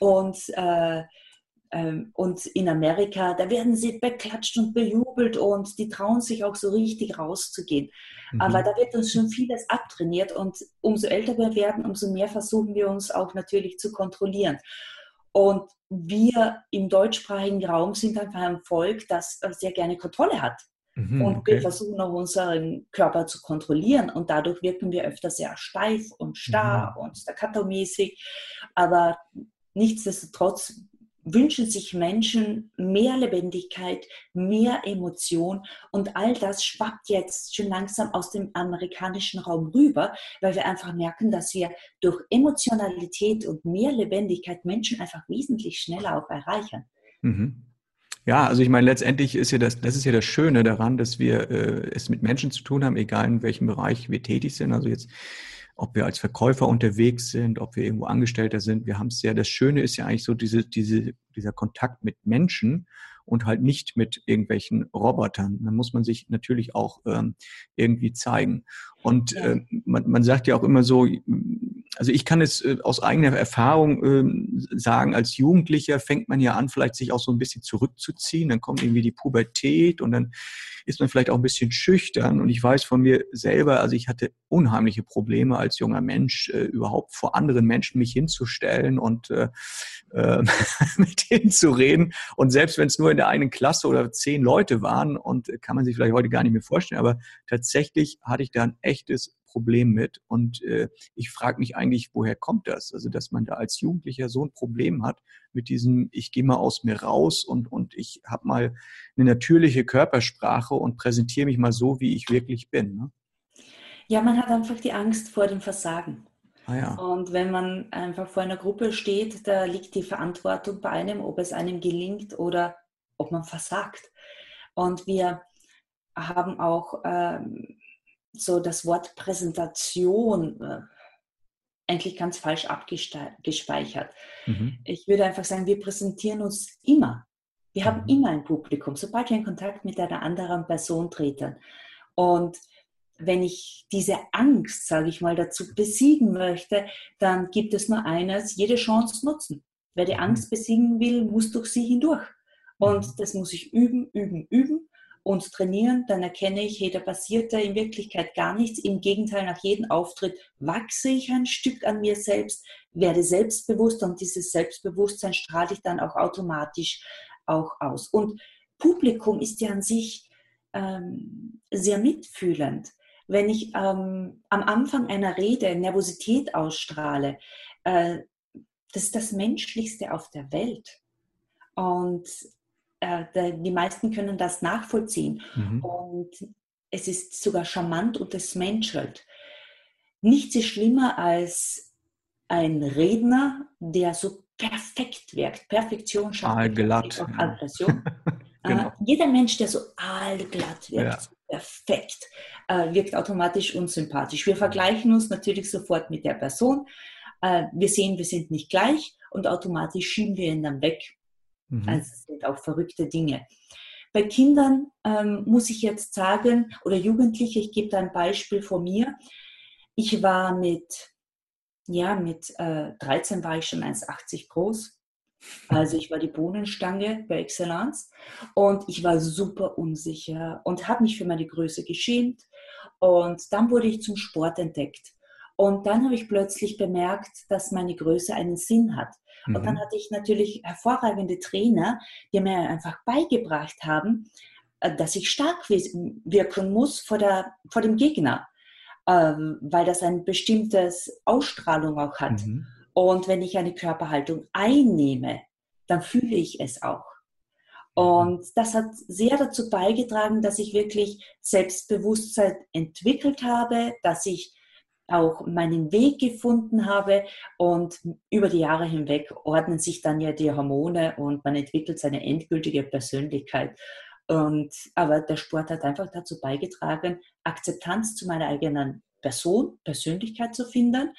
Und in Amerika, da werden sie beklatscht und bejubelt und die trauen sich auch so richtig rauszugehen. Aber da wird uns schon vieles abtrainiert und umso älter wir werden, umso mehr versuchen wir uns auch natürlich zu kontrollieren. Und wir im deutschsprachigen Raum sind einfach ein Volk, das sehr gerne Kontrolle hat. Und wir versuchen auch unseren Körper zu kontrollieren und dadurch wirken wir öfter sehr steif und starr und staccato-mäßig. Aber nichtsdestotrotz wünschen sich Menschen mehr Lebendigkeit, mehr Emotion und all das schwappt jetzt schon langsam aus dem amerikanischen Raum rüber, weil wir einfach merken, dass wir durch Emotionalität und mehr Lebendigkeit Menschen einfach wesentlich schneller auch erreichen. Ja, also ich meine, letztendlich ist ja das ist ja das Schöne daran, dass wir es mit Menschen zu tun haben, egal in welchem Bereich wir tätig sind. Also jetzt, ob wir als Verkäufer unterwegs sind, ob wir irgendwo Angestellter sind, wir haben es ja, das Schöne ist ja eigentlich so dieser Kontakt mit Menschen und halt nicht mit irgendwelchen Robotern. Da muss man sich natürlich auch irgendwie zeigen. Und man sagt ja auch immer so, also ich kann es aus eigener Erfahrung sagen, als Jugendlicher fängt man ja an, vielleicht sich auch so ein bisschen zurückzuziehen. Dann kommt irgendwie die Pubertät und dann ist man vielleicht auch ein bisschen schüchtern. Und ich weiß von mir selber, also ich hatte unheimliche Probleme als junger Mensch, überhaupt vor anderen Menschen mich hinzustellen und mit denen zu reden. Und selbst wenn es nur in der einen Klasse oder 10 Leute waren, und kann man sich vielleicht heute gar nicht mehr vorstellen, aber tatsächlich hatte ich da ein echtes Problem mit. Und ich frage mich eigentlich, woher kommt das? Also, dass man da als Jugendlicher so ein Problem hat mit diesem, ich gehe mal aus mir raus und ich habe mal eine natürliche Körpersprache und präsentiere mich mal so, wie ich wirklich bin. Ne? Ja, man hat einfach die Angst vor dem Versagen. Ah ja. Und wenn man einfach vor einer Gruppe steht, da liegt die Verantwortung bei einem, ob es einem gelingt oder ob man versagt. Und wir haben auch so das Wort Präsentation eigentlich ganz falsch abgespeichert. Ich würde einfach sagen, wir präsentieren uns immer. Wir haben immer ein Publikum, sobald wir in Kontakt mit einer anderen Person treten. Und wenn ich diese Angst, sage ich mal, dazu besiegen möchte, dann gibt es nur eines, jede Chance nutzen. Wer die Angst besiegen will, muss durch sie hindurch. Und das muss ich üben, üben, üben und trainieren. Dann erkenne ich, hey, da passiert da in Wirklichkeit gar nichts. Im Gegenteil, nach jedem Auftritt wachse ich ein Stück an mir selbst, werde selbstbewusster und dieses Selbstbewusstsein strahle ich dann auch automatisch auch aus. Und Publikum ist ja an sich sehr mitfühlend. Wenn ich am Anfang einer Rede Nervosität ausstrahle, das ist das Menschlichste auf der Welt. Und die meisten können das nachvollziehen. Und es ist sogar charmant und es menschelt. Nichts ist schlimmer als ein Redner, der so perfekt wirkt. Perfektion schafft Aalglatt. auch Aggression. Genau. Jeder Mensch, der so aalglatt wirkt, Ja. perfekt, wirkt automatisch unsympathisch. Wir vergleichen uns natürlich sofort mit der Person. Wir sehen, wir sind nicht gleich und automatisch schieben wir ihn dann weg. Also es sind auch verrückte Dinge. Bei Kindern muss ich jetzt sagen, oder Jugendliche, ich gebe da ein Beispiel von mir. Ich war mit 13 war ich schon 1,80 groß. Also ich war die Bohnenstange bei Excellence und ich war super unsicher und habe mich für meine Größe geschämt. Und dann wurde ich zum Sport entdeckt. Und dann habe ich plötzlich bemerkt, dass meine Größe einen Sinn hat. Und dann hatte ich natürlich hervorragende Trainer, die mir einfach beigebracht haben, dass ich stark wirken muss vor dem Gegner, weil das eine bestimmte Ausstrahlung auch hat. Und wenn ich eine Körperhaltung einnehme, dann fühle ich es auch. Und das hat sehr dazu beigetragen, dass ich wirklich Selbstbewusstsein entwickelt habe, dass ich auch meinen Weg gefunden habe und über die Jahre hinweg ordnen sich dann ja die Hormone und man entwickelt seine endgültige Persönlichkeit. Aber der Sport hat einfach dazu beigetragen, Akzeptanz zu meiner eigenen Persönlichkeit zu finden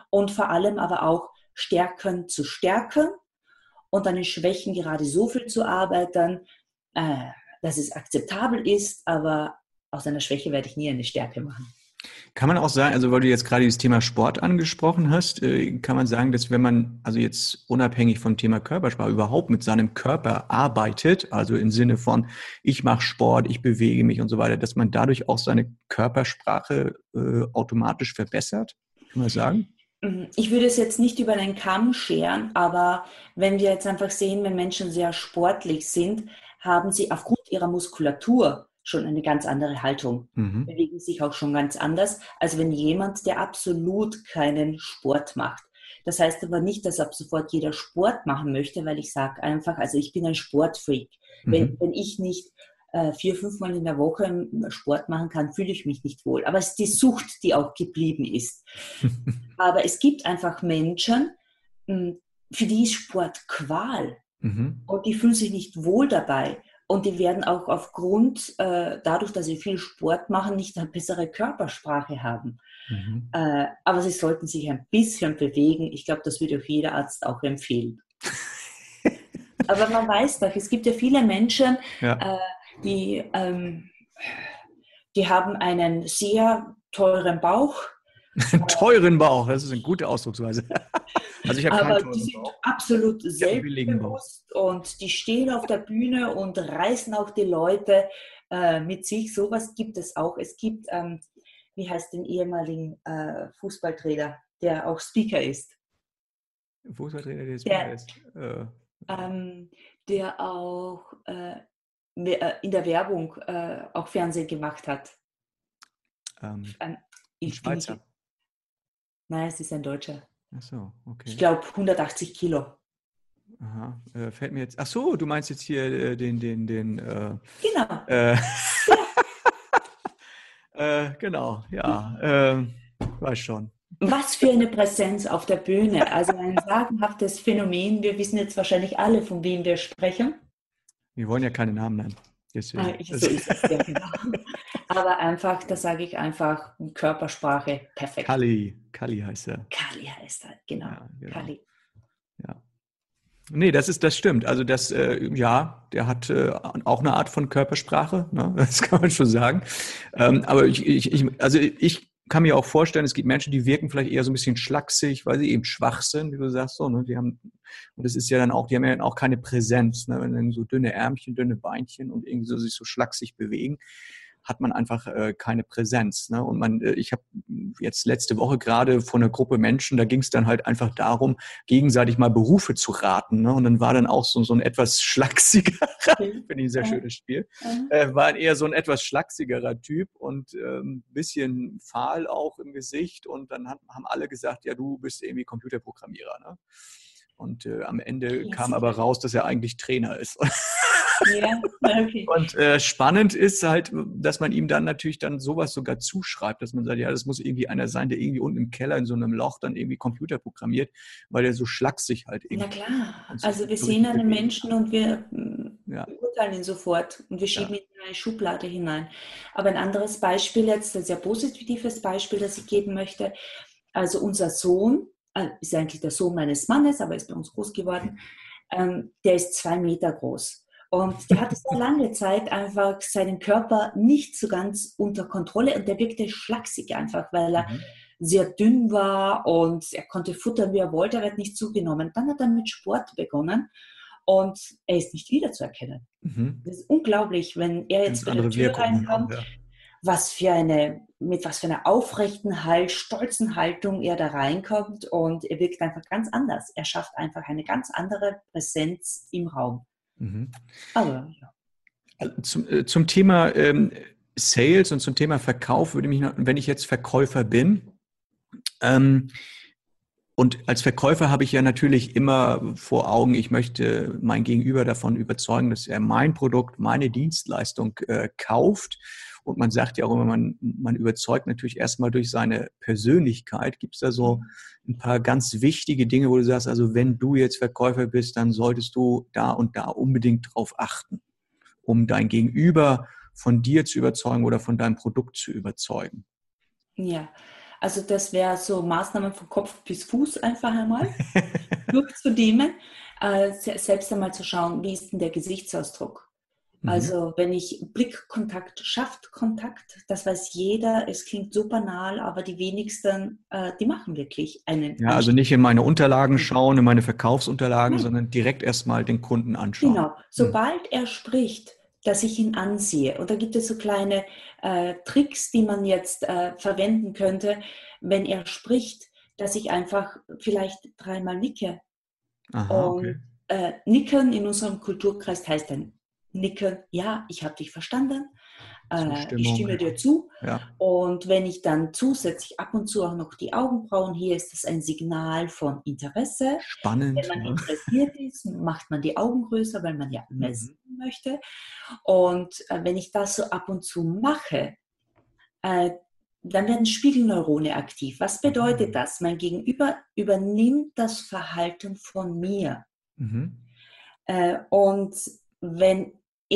und vor allem aber auch Stärken zu stärken und an den Schwächen gerade so viel zu arbeiten, dass es akzeptabel ist, aber aus einer Schwäche werde ich nie eine Stärke machen. Kann man auch sagen, also weil du jetzt gerade das Thema Sport angesprochen hast, kann man sagen, dass wenn man also jetzt unabhängig vom Thema Körpersprache überhaupt mit seinem Körper arbeitet, also im Sinne von ich mache Sport, ich bewege mich und so weiter, dass man dadurch auch seine Körpersprache automatisch verbessert? Kann man sagen? Ich würde es jetzt nicht über den Kamm scheren, aber wenn wir jetzt einfach sehen, wenn Menschen sehr sportlich sind, haben sie aufgrund ihrer Muskulatur schon eine ganz andere Haltung, Mhm. bewegen sich auch schon ganz anders, als wenn jemand, der absolut keinen Sport macht. Das heißt aber nicht, dass ab sofort jeder Sport machen möchte, weil ich sage einfach, also ich bin ein Sportfreak. Mhm. Wenn ich nicht 4, 5 Mal in der Woche Sport machen kann, fühle ich mich nicht wohl. Aber es ist die Sucht, die auch geblieben ist. Aber es gibt einfach Menschen, für die ist Sport Qual Mhm. und die fühlen sich nicht wohl dabei. Und die werden auch aufgrund, dadurch, dass sie viel Sport machen, nicht eine bessere Körpersprache haben. Mhm. Aber sie sollten sich ein bisschen bewegen. Ich glaube, das würde auch jeder Arzt auch empfehlen. Aber man weiß doch, es gibt ja viele Menschen, Ja. äh, die, die haben einen sehr teuren Bauch, Einen teuren Bauch, das ist eine gute Ausdrucksweise. Also ich habe keinen aber die teuren sind Bauch, absolut ich habe einen billigen Bauch. selbstbewusst und die stehen auf der Bühne und reißen auch die Leute mit sich. Sowas gibt es auch. Es gibt, wie heißt den ehemaligen Fußballtrainer, der auch Speaker ist, Fußballtrainer, der Speaker der, ist. ähm, der auch in der Werbung auch Fernsehen gemacht hat. Ähm, Ähm, ein ich bin nicht, Schweizer. nein, es ist ein Deutscher. Ach so, Ich okay. glaube 180 Kilo. Aha. Fällt mir jetzt. Ach so, du meinst jetzt hier den. Genau. Äh, Ja. genau, ja. Weiß schon. Was für eine Präsenz auf der Bühne. Also ein sagenhaftes Phänomen. Wir wissen jetzt wahrscheinlich alle, von wem wir sprechen. Wir wollen ja keine Namen nennen. Deswegen. So ist es, ja genau. Aber einfach, da sage ich einfach, Körpersprache, perfekt. Kali heißt er. Kali heißt er, genau. Ja, genau. Kali. Ja. Nee, das stimmt. Also ja, der hat auch eine Art von Körpersprache, ne? Das kann man schon sagen. Aber also ich kann mir auch vorstellen, es gibt Menschen, die wirken vielleicht eher so ein bisschen schlaksig, weil sie eben schwach sind, wie du sagst, so, ne? Und das ist ja dann auch, die haben ja dann auch keine Präsenz, ne? Wenn dann so dünne Ärmchen, dünne Beinchen und irgendwie so sich so schlaksig bewegen, hat man einfach keine Präsenz. Ne? Und ich habe jetzt letzte Woche gerade von einer Gruppe Menschen, da ging es dann halt einfach darum, gegenseitig mal Berufe zu raten. Ne? Und dann war dann auch so ein etwas schlachsigerer, Okay. finde ich ein sehr schönes Spiel, Äh, war eher so ein etwas schlachsigerer Typ und ein bisschen fahl auch im Gesicht. Und dann haben alle gesagt, ja, du bist irgendwie Computerprogrammierer. Ne? Und am Ende kam aber Klassiker. raus, dass er eigentlich Trainer ist. Ja, okay. Und spannend ist halt, dass man ihm dann natürlich dann sowas sogar zuschreibt, dass man sagt, ja, das muss irgendwie einer sein, der irgendwie unten im Keller in so einem Loch dann irgendwie Computer programmiert, weil der so schlaksig halt Na irgendwie klar. und sich Also wir nicht so sehen richtig einen bewegen Menschen kann. und wir Ja, beurteilen ihn sofort und wir ja. schieben ihn in eine Schublade hinein. Aber ein anderes Beispiel jetzt, ein sehr positives Beispiel, das ich geben möchte. Also unser Sohn, ist eigentlich der Sohn meines Mannes, aber ist bei uns groß geworden, der ist 2 Meter groß. Und der hatte sehr lange Zeit einfach seinen Körper nicht so ganz unter Kontrolle und der wirkte schlaksig einfach, weil er Mhm. sehr dünn war und er konnte futtern, wie er wollte, er hat nicht zugenommen. Dann hat er mit Sport begonnen und er ist nicht wiederzuerkennen. Mhm. Das ist unglaublich, wenn er Ganz jetzt bei der andere Tür Wirkung dann auch, reinkommt, ja. mit was für einer aufrechten stolzen Haltung er da reinkommt und er wirkt einfach ganz anders. Er schafft einfach eine ganz andere Präsenz im Raum. Mhm. Aber ja. Also zum Thema Sales und zum Thema Verkauf würde mich, wenn ich jetzt Verkäufer bin, ähm, und als Verkäufer habe ich ja natürlich immer vor Augen, ich möchte mein Gegenüber davon überzeugen, dass er mein Produkt, meine Dienstleistung kauft. Und man sagt ja auch immer, man überzeugt natürlich erstmal durch seine Persönlichkeit. Gibt es da so ein paar ganz wichtige Dinge, wo du sagst, also wenn du jetzt Verkäufer bist, dann solltest du da und da unbedingt drauf achten, um dein Gegenüber von dir zu überzeugen oder von deinem Produkt zu überzeugen? Ja, Also das wäre so Maßnahmen von Kopf bis Fuß einfach einmal durchzunehmen, selbst einmal zu schauen, wie ist denn der Gesichtsausdruck. Mhm. Also wenn ich Blickkontakt schafft Kontakt, das weiß jeder, es klingt so banal, aber die wenigsten, die machen wirklich einen Ja, also nicht in meine anständigen Unterlagen Blick. schauen, in meine Verkaufsunterlagen, Nein, sondern direkt erstmal den Kunden anschauen. genau. Mhm. Sobald er spricht, dass ich ihn ansehe. Und da gibt es so kleine Tricks, die man jetzt verwenden könnte, wenn er spricht, dass ich einfach vielleicht dreimal nicke. Aha, okay. Und nicken in unserem Kulturkreis heißt dann nicken, ja, ich habe dich verstanden, ich Zustimmung, stimme ja. dir zu. Ja. Und wenn ich dann zusätzlich ab und zu auch noch die Augenbrauen hier, ist das ein Signal von Interesse. Wenn Spannend, man ja. interessiert ist, macht man die Augen größer, weil man ja mehr Mhm. sehen möchte. Und wenn ich das so ab und zu mache, äh, dann werden Spiegelneurone aktiv. Was bedeutet Mhm. das? Mein Gegenüber übernimmt das Verhalten von mir. Mhm. Und wenn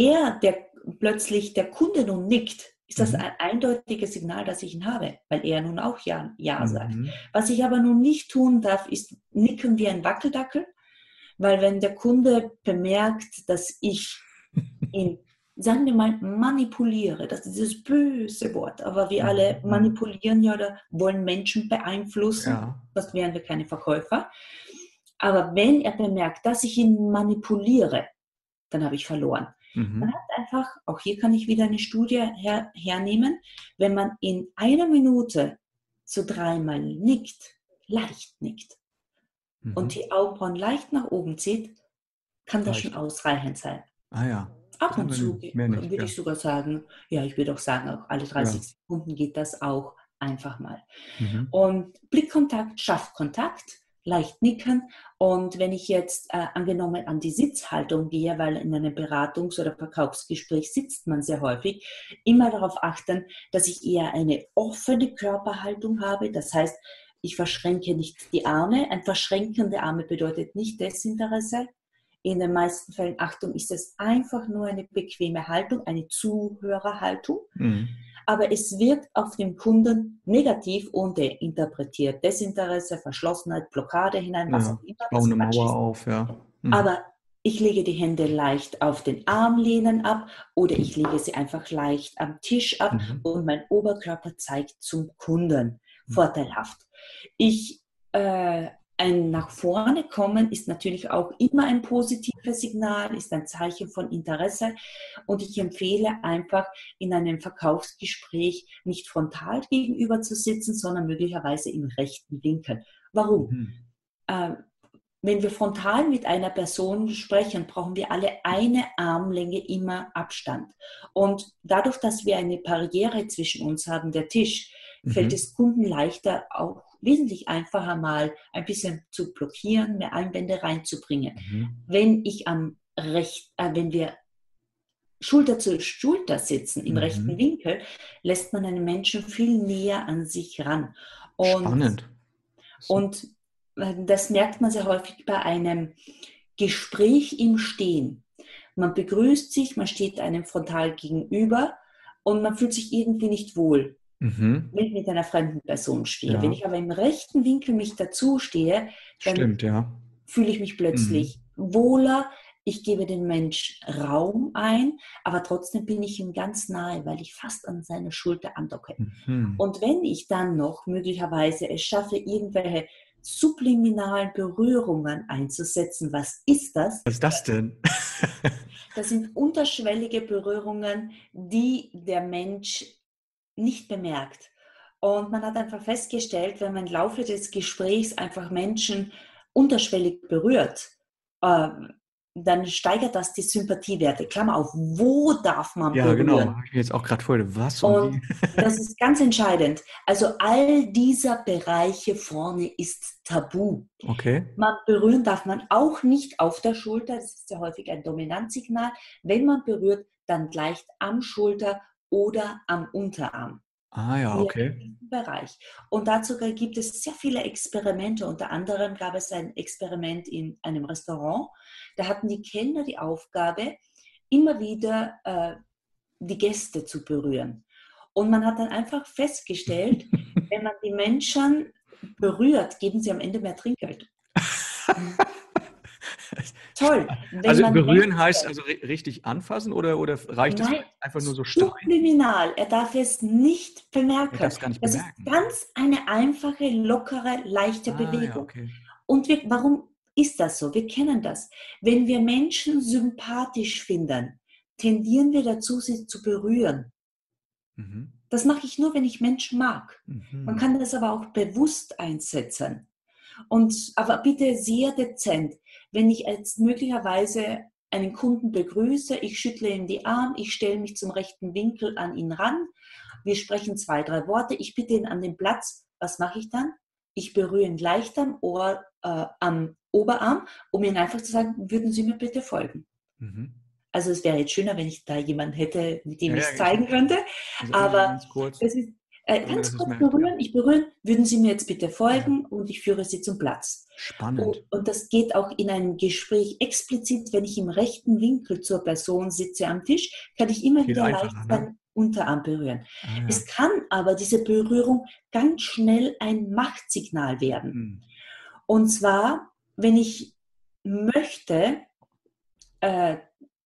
plötzlich der Kunde nun nickt, ist das Mhm. ein eindeutiges Signal, dass ich ihn habe, weil er nun auch Ja, ja sagt. Mhm. Was ich aber nun nicht tun darf, ist nicken wie ein Wackeldackel, weil wenn der Kunde bemerkt, dass ich ihn, sagen wir mal, manipuliere, das ist dieses böse Wort, aber wir alle Mhm. manipulieren ja oder wollen Menschen beeinflussen, Ja. sonst wären wir keine Verkäufer. Aber wenn er bemerkt, dass ich ihn manipuliere, dann habe ich verloren. Man Mhm. hat einfach, auch hier kann ich wieder eine Studie hernehmen, wenn man in einer Minute so dreimal nickt, leicht nickt und Mhm. die Augenbrauen leicht nach oben zieht, kann das schon Reicht. ausreichend sein. Ah ja. Ab Ja, und zu mehr nicht, würde ja. ich sogar sagen, ja, ich würde auch sagen, auch alle Ja. 30 Sekunden geht das auch einfach mal. Mhm. Und Blickkontakt schafft Kontakt, leicht nicken. Und wenn ich jetzt angenommen an die Sitzhaltung gehe, weil in einem Beratungs- oder Verkaufsgespräch sitzt man sehr häufig, immer darauf achten, dass ich eher eine offene Körperhaltung habe. Das heißt, ich verschränke nicht die Arme. Ein Verschränken der Arme bedeutet nicht Desinteresse. In den meisten Fällen, Achtung, ist es einfach nur eine bequeme Haltung, eine Zuhörerhaltung. Mhm. Aber es wirkt auf den Kunden negativ und er interpretiert Desinteresse, Verschlossenheit, Blockade hinein, was Ja. auch immer, Ich baue was eine Quatsch Mauer ist. auf, ja. Mhm. Aber ich lege die Hände leicht auf den Armlehnen ab oder ich lege sie einfach leicht am Tisch ab Mhm. und mein Oberkörper zeigt zum Kunden. Mhm. Vorteilhaft. Ich, ein nach vorne kommen ist natürlich auch immer ein positives Signal, ist ein Zeichen von Interesse und ich empfehle einfach in einem Verkaufsgespräch nicht frontal gegenüber zu sitzen, sondern möglicherweise im rechten Winkel. Warum? Mhm. Äh, Wenn wir frontal mit einer Person sprechen, brauchen wir alle eine Armlänge immer Abstand. Und dadurch, dass wir eine Barriere zwischen uns haben, der Tisch, fällt Mhm. es Kunden leichter, auch wesentlich einfacher mal ein bisschen zu blockieren, mehr Einwände reinzubringen. Mhm. Wenn wir Schulter zu Schulter sitzen, im rechten Mhm. Winkel, lässt man einen Menschen viel näher an sich ran. Und Spannend. So. und das merkt man sehr häufig bei einem Gespräch im Stehen. Man begrüßt sich, man steht einem frontal gegenüber und man fühlt sich irgendwie nicht wohl, Mhm. wenn ich mit einer fremden Person stehe. Wenn Ja, ich aber im rechten Winkel mich dazu stehe, dann stimmt, ja. fühle ich mich Mhm. plötzlich wohler. Ich gebe dem Mensch Raum ein, aber trotzdem bin ich ihm ganz nahe, weil ich fast an seine Schulter andocke. Mhm. Und wenn ich dann noch möglicherweise es schaffe, irgendwelche subliminalen Berührungen einzusetzen, was ist das? Was ist das denn? Das sind unterschwellige Berührungen, die der Mensch nicht bemerkt. Und man hat einfach festgestellt, wenn man im Laufe des Gesprächs einfach Menschen unterschwellig berührt, ähm, dann steigert das die Sympathiewerte. Klammer auf, wo darf man Ja, genau. berühren? Habe ich mir jetzt auch gerade vorgestellt. Was und Und wie? das ist ganz entscheidend. Also all dieser Bereiche vorne ist tabu. Okay. Man berühren darf man auch nicht auf der Schulter. Das ist ja häufig ein Dominanzsignal. Wenn man berührt, dann leicht am Schulter oder am Unterarm. Ah ja, Hier okay. in diesem Bereich. Und dazu gibt es sehr viele Experimente. Unter anderem gab es ein Experiment in einem Restaurant. Da hatten die Kellner die Aufgabe, immer wieder die Gäste zu berühren. Und man hat dann einfach festgestellt, wenn man die Menschen berührt, geben sie am Ende mehr Trinkgeld. Toll. Wenn Also man berühren Menschen, heißt also richtig anfassen oder reicht es nein, einfach nur so streichen? subliminal, er darf es nicht Er darf bemerken. es gar nicht Das ist bemerken. ganz eine einfache, lockere, leichte Ah, ja, Bewegung. okay. Und warum ist das so? Wir kennen das. Wenn wir Menschen sympathisch finden, tendieren wir dazu, sie zu berühren. Mhm. Das mache ich nur, wenn ich Menschen mag. Man Mhm. kann das aber auch bewusst einsetzen. Aber bitte sehr dezent. Wenn ich jetzt möglicherweise einen Kunden begrüße, ich schüttle ihm die Arme, ich stelle mich zum rechten Winkel an ihn ran, wir sprechen 2, 3 Worte, ich bitte ihn an den Platz. Was mache ich dann? Ich berühre ihn leicht am Oberarm, um ihm einfach zu sagen, würden Sie mir bitte folgen. Mhm. Also es wäre jetzt schöner, wenn ich da jemanden hätte, mit dem Ja, ich ja, es zeigen ich könnte. sage mal Aber ganz kurz, das ist ohne ganz dass es kurz merkt, ja. berühren. Ich berühren, würden Sie mir jetzt bitte Ja. folgen und ich führe Sie zum Platz. Spannend. Und das geht auch in einem Gespräch explizit, wenn ich im rechten Winkel zur Person sitze am Tisch, kann ich immer Viel wieder leicht einfacher, ne? seinen Unterarm berühren. Ah, ja. Es kann aber diese Berührung ganz schnell ein Machtsignal werden. Hm. Und zwar, wenn ich möchte, äh,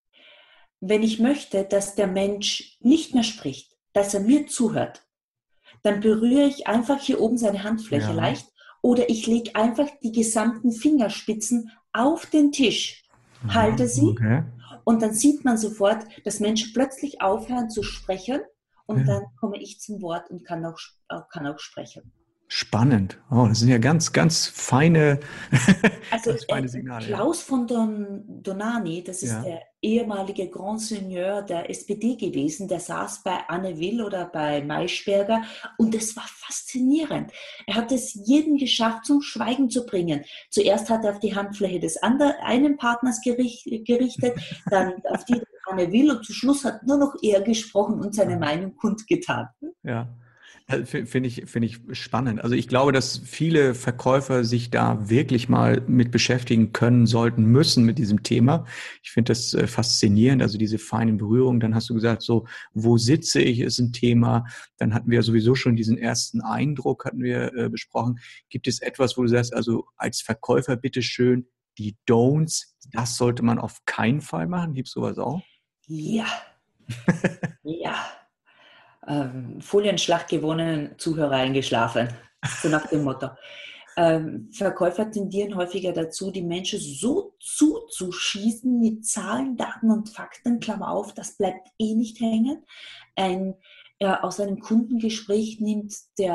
dass der Mensch nicht mehr spricht, dass er mir zuhört, dann berühre ich einfach hier oben seine Handfläche Ja. leicht oder ich lege einfach die gesamten Fingerspitzen auf den Tisch, Aha, halte sie okay. und dann sieht man sofort, dass Menschen plötzlich aufhören zu sprechen und Ja. dann komme ich zum Wort und kann auch sprechen. Spannend. Oh, das sind ja ganz, ganz feine, Also ganz feine Signale, ja. Klaus von Donani, das ist Ja. der ehemalige Grand Seigneur der SPD gewesen, der saß bei Anne Will oder bei Maischberger und das war faszinierend. Er hat es jeden geschafft, zum Schweigen zu bringen. Zuerst hat er auf die Handfläche des einen Partners gerichtet, dann auf die Anne Will und zum Schluss hat nur noch er gesprochen und seine Aha. Meinung kundgetan. Ja. Finde ich spannend. Also ich glaube, dass viele Verkäufer sich da wirklich mal mit beschäftigen können, sollten, müssen mit diesem Thema. Ich finde das faszinierend, also diese feinen Berührungen. Dann hast du gesagt, so, wo sitze ich, ist ein Thema. Dann hatten wir sowieso schon diesen ersten Eindruck, hatten wir besprochen. Gibt es etwas, wo du sagst, also als Verkäufer bitteschön, die Don'ts, das sollte man auf keinen Fall machen? Gibt es sowas auch? Ja, ja. Folienschlacht gewonnen, Zuhörer eingeschlafen. So nach dem Motto. Verkäufer tendieren häufiger dazu, die Menschen so zuzuschießen mit Zahlen, Daten und Fakten, Klammer auf, das bleibt eh nicht hängen. Aus einem Kundengespräch nimmt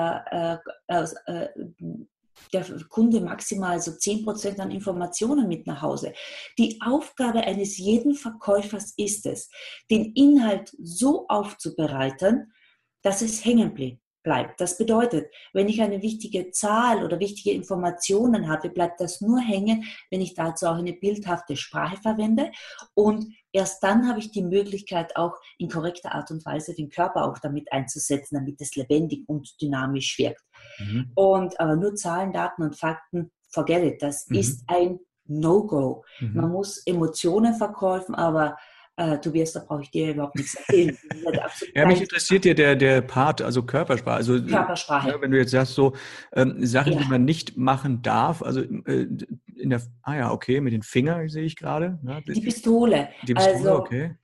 der Kunde maximal so 10% an Informationen mit nach Hause. Die Aufgabe eines jeden Verkäufers ist es, den Inhalt so aufzubereiten, dass es hängen bleibt. Das bedeutet, wenn ich eine wichtige Zahl oder wichtige Informationen habe, bleibt das nur hängen, wenn ich dazu auch eine bildhafte Sprache verwende. Und erst dann habe ich die Möglichkeit, auch in korrekter Art und Weise den Körper auch damit einzusetzen, damit es lebendig und dynamisch wirkt. Mhm. Aber nur Zahlen, Daten und Fakten, forget it. Das Mhm. ist ein No-Go. Mhm. Man muss Emotionen verkaufen, aber Tobias, da brauche ich dir überhaupt nichts erzählen. Ja, mich interessiert ja der Part, also Körpersprache. Also Körpersprache. wenn du jetzt sagst, so Sachen, Ja. die man nicht machen darf, also okay, mit den Fingern sehe ich gerade. Ne? Die Pistole. Die Pistole, Also, okay.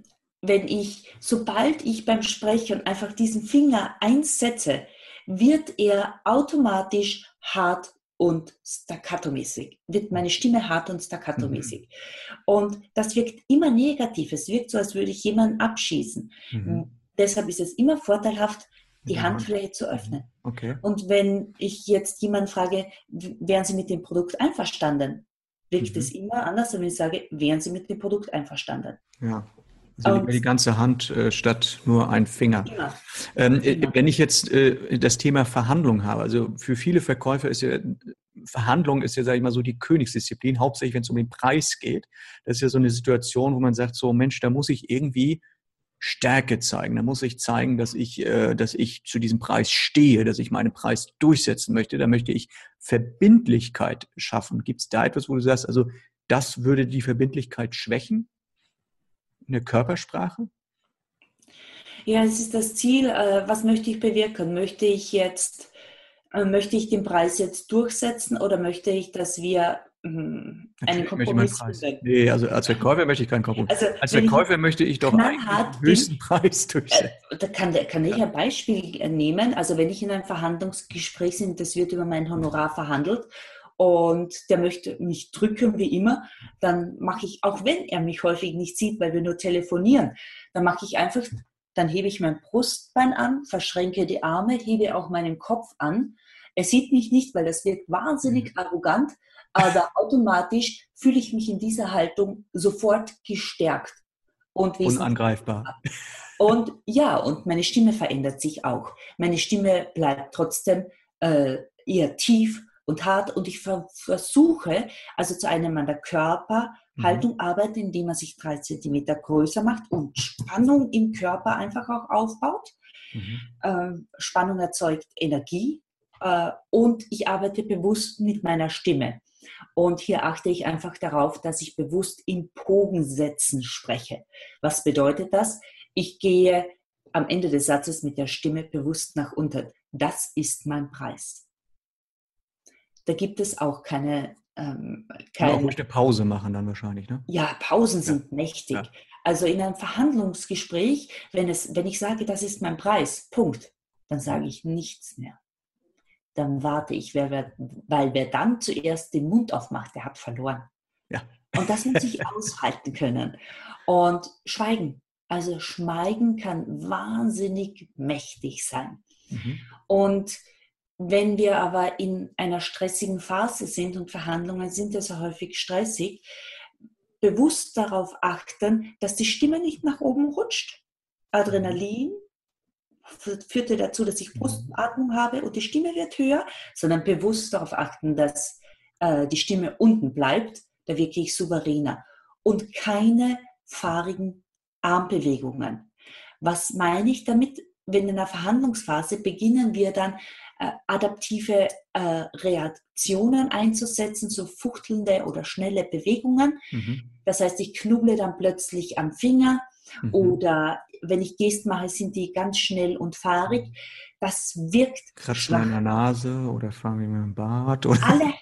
sobald ich beim Sprechen einfach diesen Finger einsetze, wird er automatisch hart und staccato-mäßig, wird meine Stimme hart und staccato-mäßig. Und das wirkt immer negativ. Es wirkt so, als würde ich jemanden abschießen. Deshalb ist es immer vorteilhaft, die Handfläche zu öffnen. Okay. Und wenn ich jetzt jemanden frage, wären Sie mit dem Produkt einverstanden, wirkt es immer anders, als wenn ich sage, wären Sie mit dem Produkt einverstanden. Ja. Also lieber die ganze Hand statt nur ein Finger. Immer. Wenn ich jetzt das Thema Verhandlung habe, also für viele Verkäufer ist ja Verhandlung ist ja, sage ich mal, so die Königsdisziplin, hauptsächlich wenn es um den Preis geht. Das ist ja so eine Situation, wo man sagt, so Mensch, da muss ich irgendwie Stärke zeigen. Da muss ich zeigen, dass ich zu diesem Preis stehe, dass ich meinen Preis durchsetzen möchte. Da möchte ich Verbindlichkeit schaffen. Gibt es da etwas, wo du sagst, also das würde die Verbindlichkeit schwächen? In der Körpersprache? Ja, es ist das Ziel, was möchte ich bewirken? Möchte ich den Preis jetzt durchsetzen oder möchte ich, dass wir einen Natürlich möchte ich meinen Kompromiss Preis. finden? Nee, also als Verkäufer möchte ich keinen Kompromiss. Also Als wenn ich jetzt Verkäufer möchte ich doch eigentlich knallhart den bin, höchsten Preis durchsetzen. da kann ich Ja. ein Beispiel nehmen. Also wenn ich in einem Verhandlungsgespräch bin, das wird über mein Honorar verhandelt und der möchte mich drücken wie immer, dann mache ich, auch wenn er mich häufig nicht sieht, weil wir nur telefonieren, dann hebe ich mein Brustbein an, verschränke die Arme, hebe auch meinen Kopf an. Er sieht mich nicht, weil das wirkt wahnsinnig arrogant, aber automatisch fühle ich mich in dieser Haltung sofort gestärkt und wesentlich. Unangreifbar. Und ja, und meine Stimme verändert sich auch. Meine Stimme bleibt trotzdem eher tief und hart und ich versuche, also zu einer meiner Körperhaltung arbeite, indem man sich 3 Zentimeter größer macht und Spannung im Körper einfach auch aufbaut. Spannung erzeugt Energie und ich arbeite bewusst mit meiner Stimme. Und hier achte ich einfach darauf, dass ich bewusst in Pogensätzen spreche. Was bedeutet das? Ich gehe am Ende des Satzes mit der Stimme bewusst nach unten. Das ist mein Preis. Da gibt es auch Und auch ruhig eine Pause machen dann wahrscheinlich, ne? Ja, Pausen Ja. sind mächtig. Ja. Also in einem Verhandlungsgespräch, wenn ich sage, das ist mein Preis, Punkt, dann sage ich nichts mehr. Dann warte ich, weil wer dann zuerst den Mund aufmacht, der hat verloren. Ja. Und das muss ich aushalten können. Und Schweigen. Also Schweigen kann wahnsinnig mächtig sein. Und wenn wir aber in einer stressigen Phase sind und Verhandlungen sind ja so häufig stressig, bewusst darauf achten, dass die Stimme nicht nach oben rutscht. Adrenalin führte dazu, dass ich Brustatmung habe und die Stimme wird höher, sondern bewusst darauf achten, dass die Stimme unten bleibt, da wirke ich souveräner. Und keine fahrigen Armbewegungen. Was meine ich damit? Wenn in einer Verhandlungsphase beginnen wir dann adaptive Reaktionen einzusetzen, so fuchtelnde oder schnelle Bewegungen. Das heißt, ich knubbele dann plötzlich am Finger oder wenn ich Gesten mache, sind die ganz schnell und fahrig. Das wirkt Kratzen an der Nase oder fahren wir mit dem Bart. Oder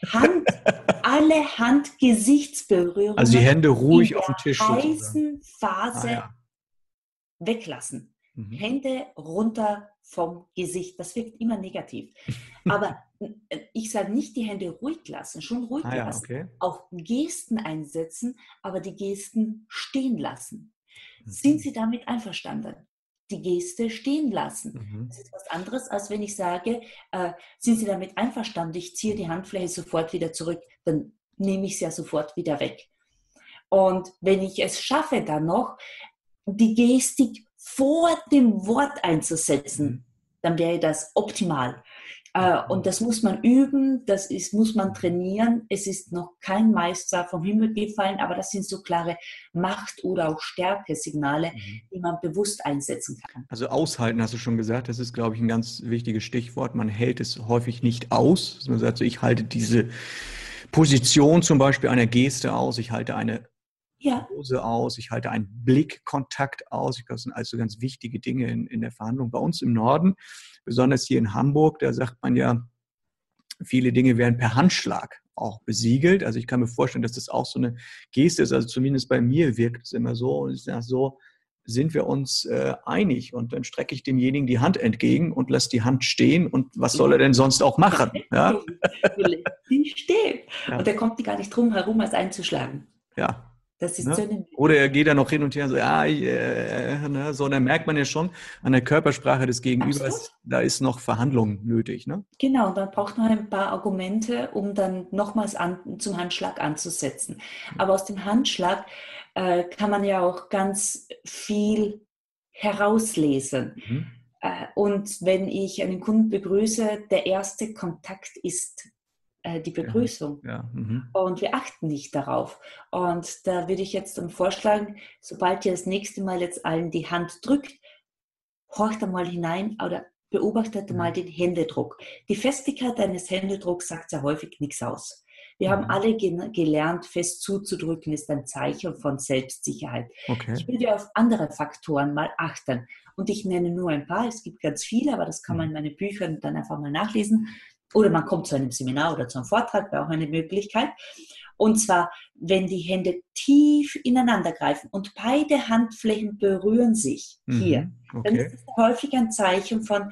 alle Hand-Gesichtsberührungen also die Hände ruhig in auf dem Tisch der sozusagen. heißen Phase weglassen. Hände runter vom Gesicht. Das wirkt immer negativ. Aber ich sage nicht die Hände ruhig lassen, schon ruhig lassen. Okay. Auch Gesten einsetzen, aber die Gesten stehen lassen. Sind Sie damit einverstanden? Die Geste stehen lassen. Das ist was anderes, als wenn ich sage, sind Sie damit einverstanden? Ich ziehe die Handfläche sofort wieder zurück, dann nehme ich sie ja sofort wieder weg. Und wenn ich es schaffe, dann noch die Gestik vor dem Wort einzusetzen, dann wäre das optimal. Und das muss man üben, muss man trainieren. Es ist noch kein Meister vom Himmel gefallen, aber das sind so klare Macht- oder auch Stärkesignale, die man bewusst einsetzen kann. Also aushalten, hast du schon gesagt, das ist, glaube ich, ein ganz wichtiges Stichwort. Man hält es häufig nicht aus. Man sagt so, ich halte diese Position zum Beispiel einer Geste aus, ich halte eine Pose aus, ich halte einen Blickkontakt aus. Ich glaube, das sind also ganz wichtige Dinge in der Verhandlung. Bei uns im Norden, besonders hier in Hamburg, da sagt man ja, viele Dinge werden per Handschlag auch besiegelt. Also ich kann mir vorstellen, dass das auch so eine Geste ist. Also zumindest bei mir wirkt es immer so. Und ich sage, so sind wir uns einig. Und dann strecke ich demjenigen die Hand entgegen und lasse die Hand stehen. Und was soll er denn sonst auch machen? Ja? Die stehen. Ja. Und er kommt gar nicht drum herum, als einzuschlagen. Ja. Das ist so oder er geht da noch hin und her so, so, dann merkt man ja schon an der Körpersprache des Gegenübers, absolut, da ist noch Verhandlung nötig. Ne? Genau, und man braucht noch ein paar Argumente, um dann nochmals zum Handschlag anzusetzen. Aber aus dem Handschlag kann man ja auch ganz viel herauslesen. Und wenn ich einen Kunden begrüße, der erste Kontakt ist die Begrüßung. Und wir achten nicht darauf. Und da würde ich jetzt vorschlagen, sobald ihr das nächste Mal jetzt allen die Hand drückt, horcht einmal hinein oder beobachtet mal den Händedruck. Die Festigkeit eines Händedrucks sagt ja häufig nichts aus. Wir haben alle gelernt, fest zuzudrücken, ist ein Zeichen von Selbstsicherheit. Okay. Ich würde auf andere Faktoren mal achten. Und ich nenne nur ein paar, es gibt ganz viele, aber das kann man in meinen Büchern dann einfach mal nachlesen. Oder man kommt zu einem Seminar oder zu einem Vortrag, wäre auch eine Möglichkeit. Und zwar, wenn die Hände tief ineinander greifen und beide Handflächen berühren sich hier, dann ist das häufig ein Zeichen von,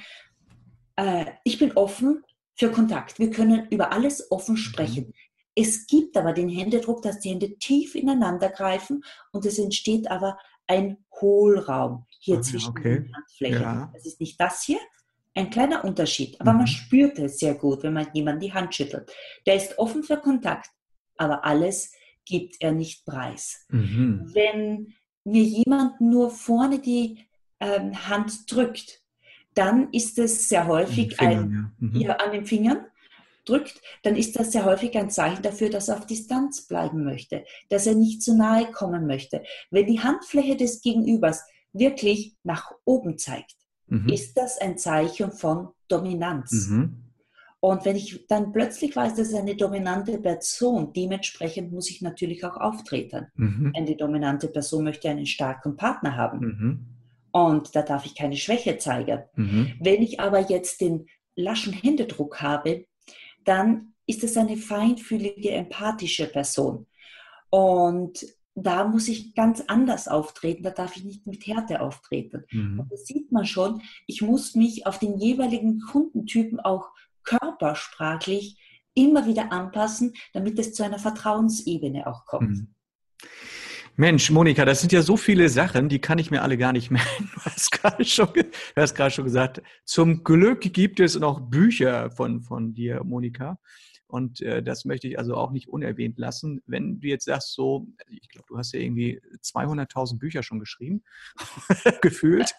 ich bin offen für Kontakt. Wir können über alles offen sprechen. Es gibt aber den Händedruck, dass die Hände tief ineinander greifen und es entsteht aber ein Hohlraum hier zwischen den Handflächen. Ja. Das ist nicht das hier, ein kleiner Unterschied. Aber man spürt es sehr gut, wenn man jemandem die Hand schüttelt. Der ist offen für Kontakt, aber alles gibt er nicht preis. Wenn mir jemand nur vorne die Hand drückt, dann ist es sehr häufig an den Fingern drückt, dann ist das sehr häufig ein Zeichen dafür, dass er auf Distanz bleiben möchte, dass er nicht zu nahe kommen möchte. Wenn die Handfläche des Gegenübers wirklich nach oben zeigt, ist das ein Zeichen von Dominanz. Und wenn ich dann plötzlich weiß, das ist eine dominante Person, dementsprechend muss ich natürlich auch auftreten. Eine dominante Person möchte einen starken Partner haben. Und da darf ich keine Schwäche zeigen. Wenn ich aber jetzt den laschen Händedruck habe, dann ist es eine feinfühlige, empathische Person. Und da muss ich ganz anders auftreten, da darf ich nicht mit Härte auftreten. Und das sieht man schon, ich muss mich auf den jeweiligen Kundentypen auch körpersprachlich immer wieder anpassen, damit es zu einer Vertrauensebene auch kommt. Mensch, Monika, das sind ja so viele Sachen, die kann ich mir alle gar nicht merken. Du hast gerade schon gesagt, zum Glück gibt es noch Bücher von dir, Monika. Und das möchte ich also auch nicht unerwähnt lassen. Wenn du jetzt sagst, so, ich glaube, du hast ja irgendwie 200.000 Bücher schon geschrieben, gefühlt.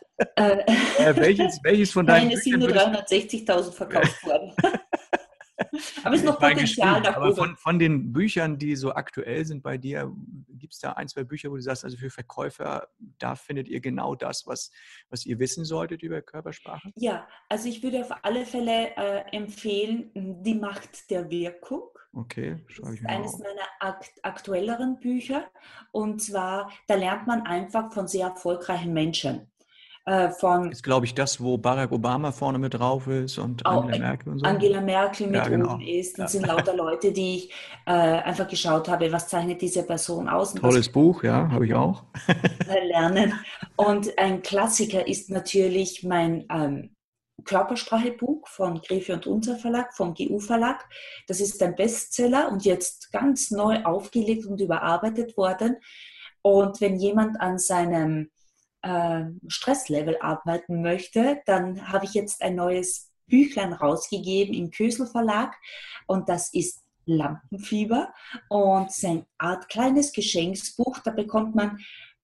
Welches von deinen Büchern? Es sind nur 360.000 verkauft worden. Aber es ist noch Potenzial nach oben. Aber von den Büchern, die so aktuell sind bei dir, gibt es da ein, zwei Bücher, wo du sagst, also für Verkäufer, da findet ihr genau das, was ihr wissen solltet über Körpersprache? Ja, also ich würde auf alle Fälle empfehlen, Die Macht der Wirkung. Okay, schreibe ich mir eines meiner aktuelleren Bücher. Und zwar, da lernt man einfach von sehr erfolgreichen Menschen. Ist, glaube ich, das, wo Barack Obama vorne mit drauf ist und Angela Merkel und so. Angela Merkel mit oben ist. Das sind lauter Leute, die ich einfach geschaut habe, was zeichnet diese Person aus. Tolles Buch, ja, habe ich auch. Lernen. Und ein Klassiker ist natürlich mein Körpersprachebuch von Gräfe und Unser Verlag, vom GU Verlag. Das ist ein Bestseller und jetzt ganz neu aufgelegt und überarbeitet worden. Und wenn jemand an seinem Stresslevel arbeiten möchte, dann habe ich jetzt ein neues Büchlein rausgegeben im Kösel Verlag und das ist Lampenfieber und es ist eine Art kleines Geschenksbuch, da bekommt man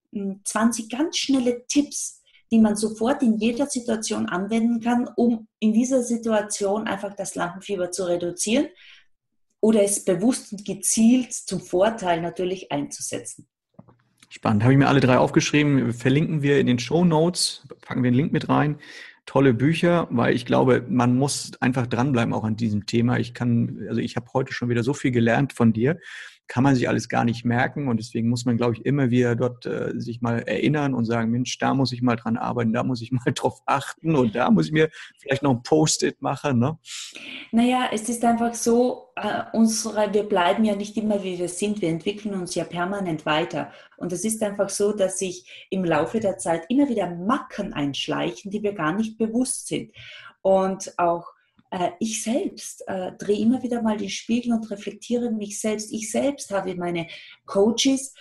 20 ganz schnelle Tipps, die man sofort in jeder Situation anwenden kann, um in dieser Situation einfach das Lampenfieber zu reduzieren oder es bewusst und gezielt zum Vorteil natürlich einzusetzen. Spannend. Habe ich mir alle 3 aufgeschrieben. Verlinken wir in den Shownotes, packen wir einen Link mit rein. Tolle Bücher, weil ich glaube, man muss einfach dranbleiben auch an diesem Thema. Ich habe heute schon wieder so viel gelernt von dir, kann man sich alles gar nicht merken und deswegen muss man, glaube ich, immer wieder dort sich mal erinnern und sagen, Mensch, da muss ich mal dran arbeiten, da muss ich mal drauf achten und da muss ich mir vielleicht noch ein Post-it machen, ne? Naja, es ist einfach so, wir bleiben ja nicht immer, wie wir sind, wir entwickeln uns ja permanent weiter und es ist einfach so, dass sich im Laufe der Zeit immer wieder Macken einschleichen, die wir gar nicht bewusst sind und auch ich selbst drehe immer wieder mal den Spiegel und reflektiere mich selbst. Ich selbst habe meine Coaches,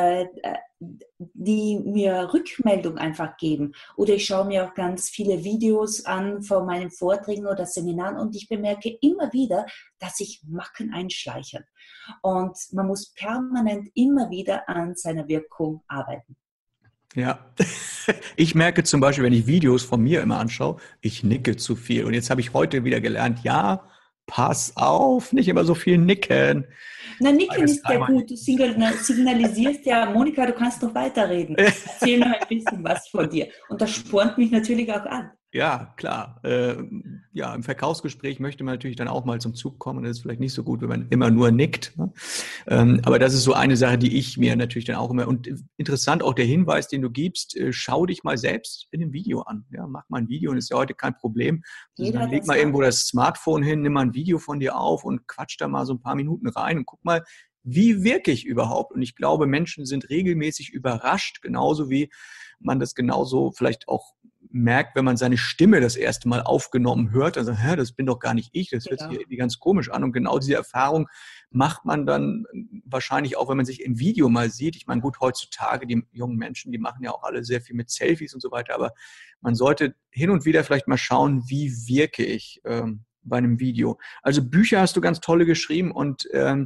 die mir Rückmeldung einfach geben. Oder ich schaue mir auch ganz viele Videos an von meinen Vorträgen oder Seminaren und ich bemerke immer wieder, dass sich Macken einschleichen. Und man muss permanent immer wieder an seiner Wirkung arbeiten. Ja, ich merke zum Beispiel, wenn ich Videos von mir immer anschaue, ich nicke zu viel. Und jetzt habe ich heute wieder gelernt, ja, pass auf, nicht immer so viel nicken. Na, nicken ist ja gut. Du signalisierst ja, Monika, du kannst noch weiterreden. Erzähl noch ein bisschen was von dir. Und das spornt mich natürlich auch an. Ja, klar. ja, im Verkaufsgespräch möchte man natürlich dann auch mal zum Zug kommen. Und das ist vielleicht nicht so gut, wenn man immer nur nickt. Ne? Aber das ist so eine Sache, die ich mir natürlich dann auch immer, und interessant auch der Hinweis, den du gibst, schau dich mal selbst in einem Video an. Ja, mach mal ein Video, und ist ja heute kein Problem. Also dann leg mal irgendwo das Smartphone hin, nimm mal ein Video von dir auf und quatsch da mal so ein paar Minuten rein und guck mal, wie wirke ich überhaupt? Und ich glaube, Menschen sind regelmäßig überrascht, genauso wie man das genauso vielleicht auch merkt, wenn man seine Stimme das erste Mal aufgenommen hört. Also, das bin doch gar nicht ich, das hört sich irgendwie ganz komisch an. Und genau diese Erfahrung macht man dann wahrscheinlich auch, wenn man sich im Video mal sieht. Ich meine, gut, heutzutage, die jungen Menschen, die machen ja auch alle sehr viel mit Selfies und so weiter, aber man sollte hin und wieder vielleicht mal schauen, wie wirke ich bei einem Video. Also Bücher hast du ganz tolle geschrieben, und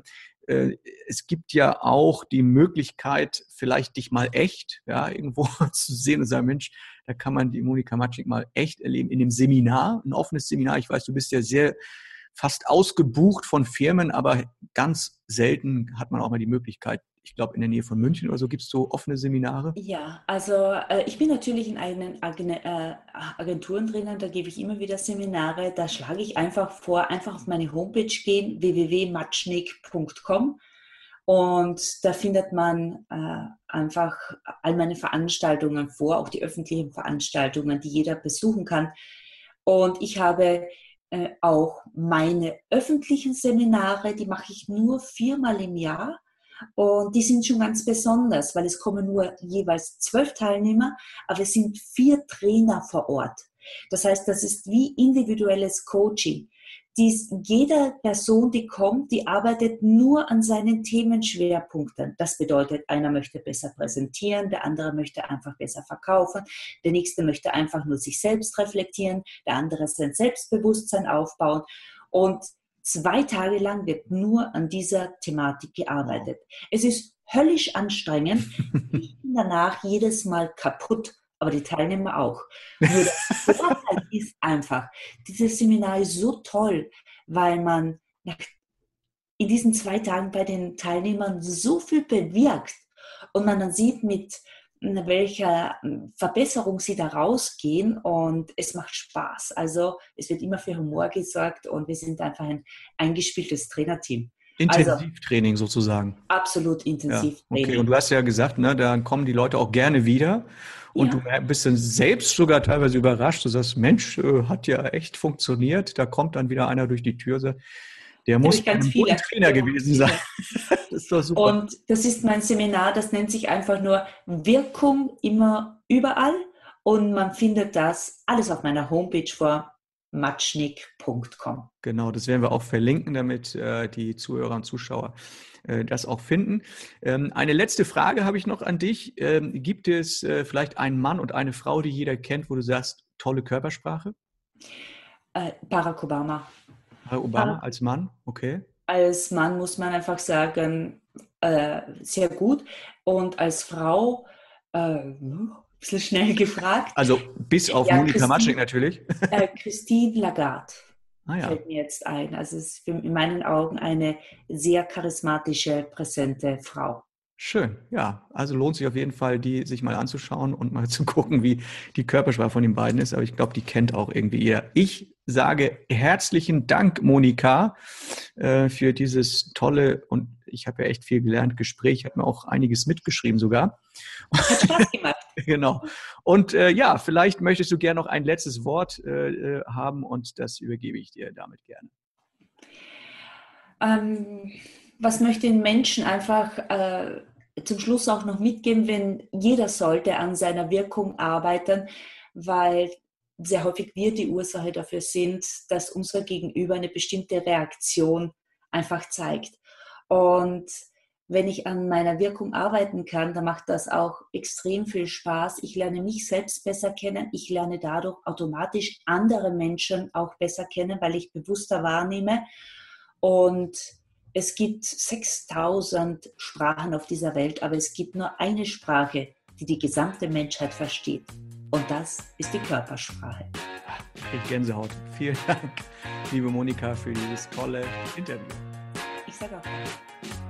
es gibt ja auch die Möglichkeit, vielleicht dich mal echt, ja, irgendwo zu sehen und sagen, Mensch, da kann man die Monika Matschnick mal echt erleben. In dem Seminar, ein offenes Seminar. Ich weiß, du bist ja sehr fast ausgebucht von Firmen, aber ganz selten hat man auch mal die Möglichkeit. Ich glaube, in der Nähe von München oder so gibt es so offene Seminare. Ja, also ich bin natürlich in eigenen Agenturen drinnen, da gebe ich immer wieder Seminare, da schlage ich einfach vor, einfach auf meine Homepage gehen, www.matschnick.com, und da findet man einfach all meine Veranstaltungen vor, auch die öffentlichen Veranstaltungen, die jeder besuchen kann. Und ich habe auch meine öffentlichen Seminare, die mache ich nur 4-mal im Jahr. Und die sind schon ganz besonders, weil es kommen nur jeweils 12 Teilnehmer, aber es sind 4 Trainer vor Ort. Das heißt, das ist wie individuelles Coaching. Jede Person, die kommt, die arbeitet nur an seinen Themenschwerpunkten. Das bedeutet, einer möchte besser präsentieren, der andere möchte einfach besser verkaufen, der nächste möchte einfach nur sich selbst reflektieren, der andere sein Selbstbewusstsein aufbauen. Und 2 Tage lang wird nur an dieser Thematik gearbeitet. Es ist höllisch anstrengend. Ich bin danach jedes Mal kaputt, aber die Teilnehmer auch. Nur der Vorteil ist einfach, dieses Seminar ist so toll, weil man in diesen 2 Tagen bei den Teilnehmern so viel bewirkt und man dann sieht, mit welcher Verbesserung sie da rausgehen, und es macht Spaß. Also es wird immer für Humor gesorgt und wir sind einfach ein eingespieltes Trainerteam. Intensivtraining sozusagen. Absolut Intensivtraining. Okay, und du hast ja gesagt, ne, da kommen die Leute auch gerne wieder. Und du bist dann selbst sogar teilweise überrascht. Du sagst, Mensch, hat ja echt funktioniert. Da kommt dann wieder einer durch die Tür, sagt, der muss ein guter Trainer gewesen sein. Das ist doch super. Und das ist mein Seminar, das nennt sich einfach nur Wirkung immer überall. Und man findet das alles auf meiner Homepage vor, matschnick.com. Genau, das werden wir auch verlinken, damit die Zuhörer und Zuschauer das auch finden. Eine letzte Frage habe ich noch an dich. Gibt es vielleicht einen Mann und eine Frau, die jeder kennt, wo du sagst, tolle Körpersprache? Barack Obama. Barack Obama als Mann, okay. Als Mann muss man einfach sagen, sehr gut. Und als Frau, ein bisschen schnell gefragt. Also bis auf Monika Matschnick natürlich. Christine Lagarde ja. Fällt mir jetzt ein. Also es ist in meinen Augen eine sehr charismatische, präsente Frau. Schön, ja. Also lohnt sich auf jeden Fall, die sich mal anzuschauen und mal zu gucken, wie die Körpersprache von den beiden ist. Aber ich glaube, die kennt auch irgendwie ihr. Ich sage herzlichen Dank, Monika, für dieses tolle, und ich habe ja echt viel gelernt, Gespräch. Ich habe mir auch einiges mitgeschrieben sogar. Hat Spaß gemacht. Genau. Und vielleicht möchtest du gerne noch ein letztes Wort haben, und das übergebe ich dir damit gerne. Was möchte den Menschen einfach zum Schluss auch noch mitgeben, wenn jeder sollte an seiner Wirkung arbeiten, weil sehr häufig wir die Ursache dafür sind, dass unser Gegenüber eine bestimmte Reaktion einfach zeigt. Und wenn ich an meiner Wirkung arbeiten kann, dann macht das auch extrem viel Spaß. Ich lerne mich selbst besser kennen. Ich lerne dadurch automatisch andere Menschen auch besser kennen, weil ich bewusster wahrnehme. Und es gibt 6000 Sprachen auf dieser Welt, aber es gibt nur eine Sprache, die die gesamte Menschheit versteht. Und das ist die Körpersprache. Ich kriege Gänsehaut. Vielen Dank, liebe Monika, für dieses tolle Interview. Ich sage auch.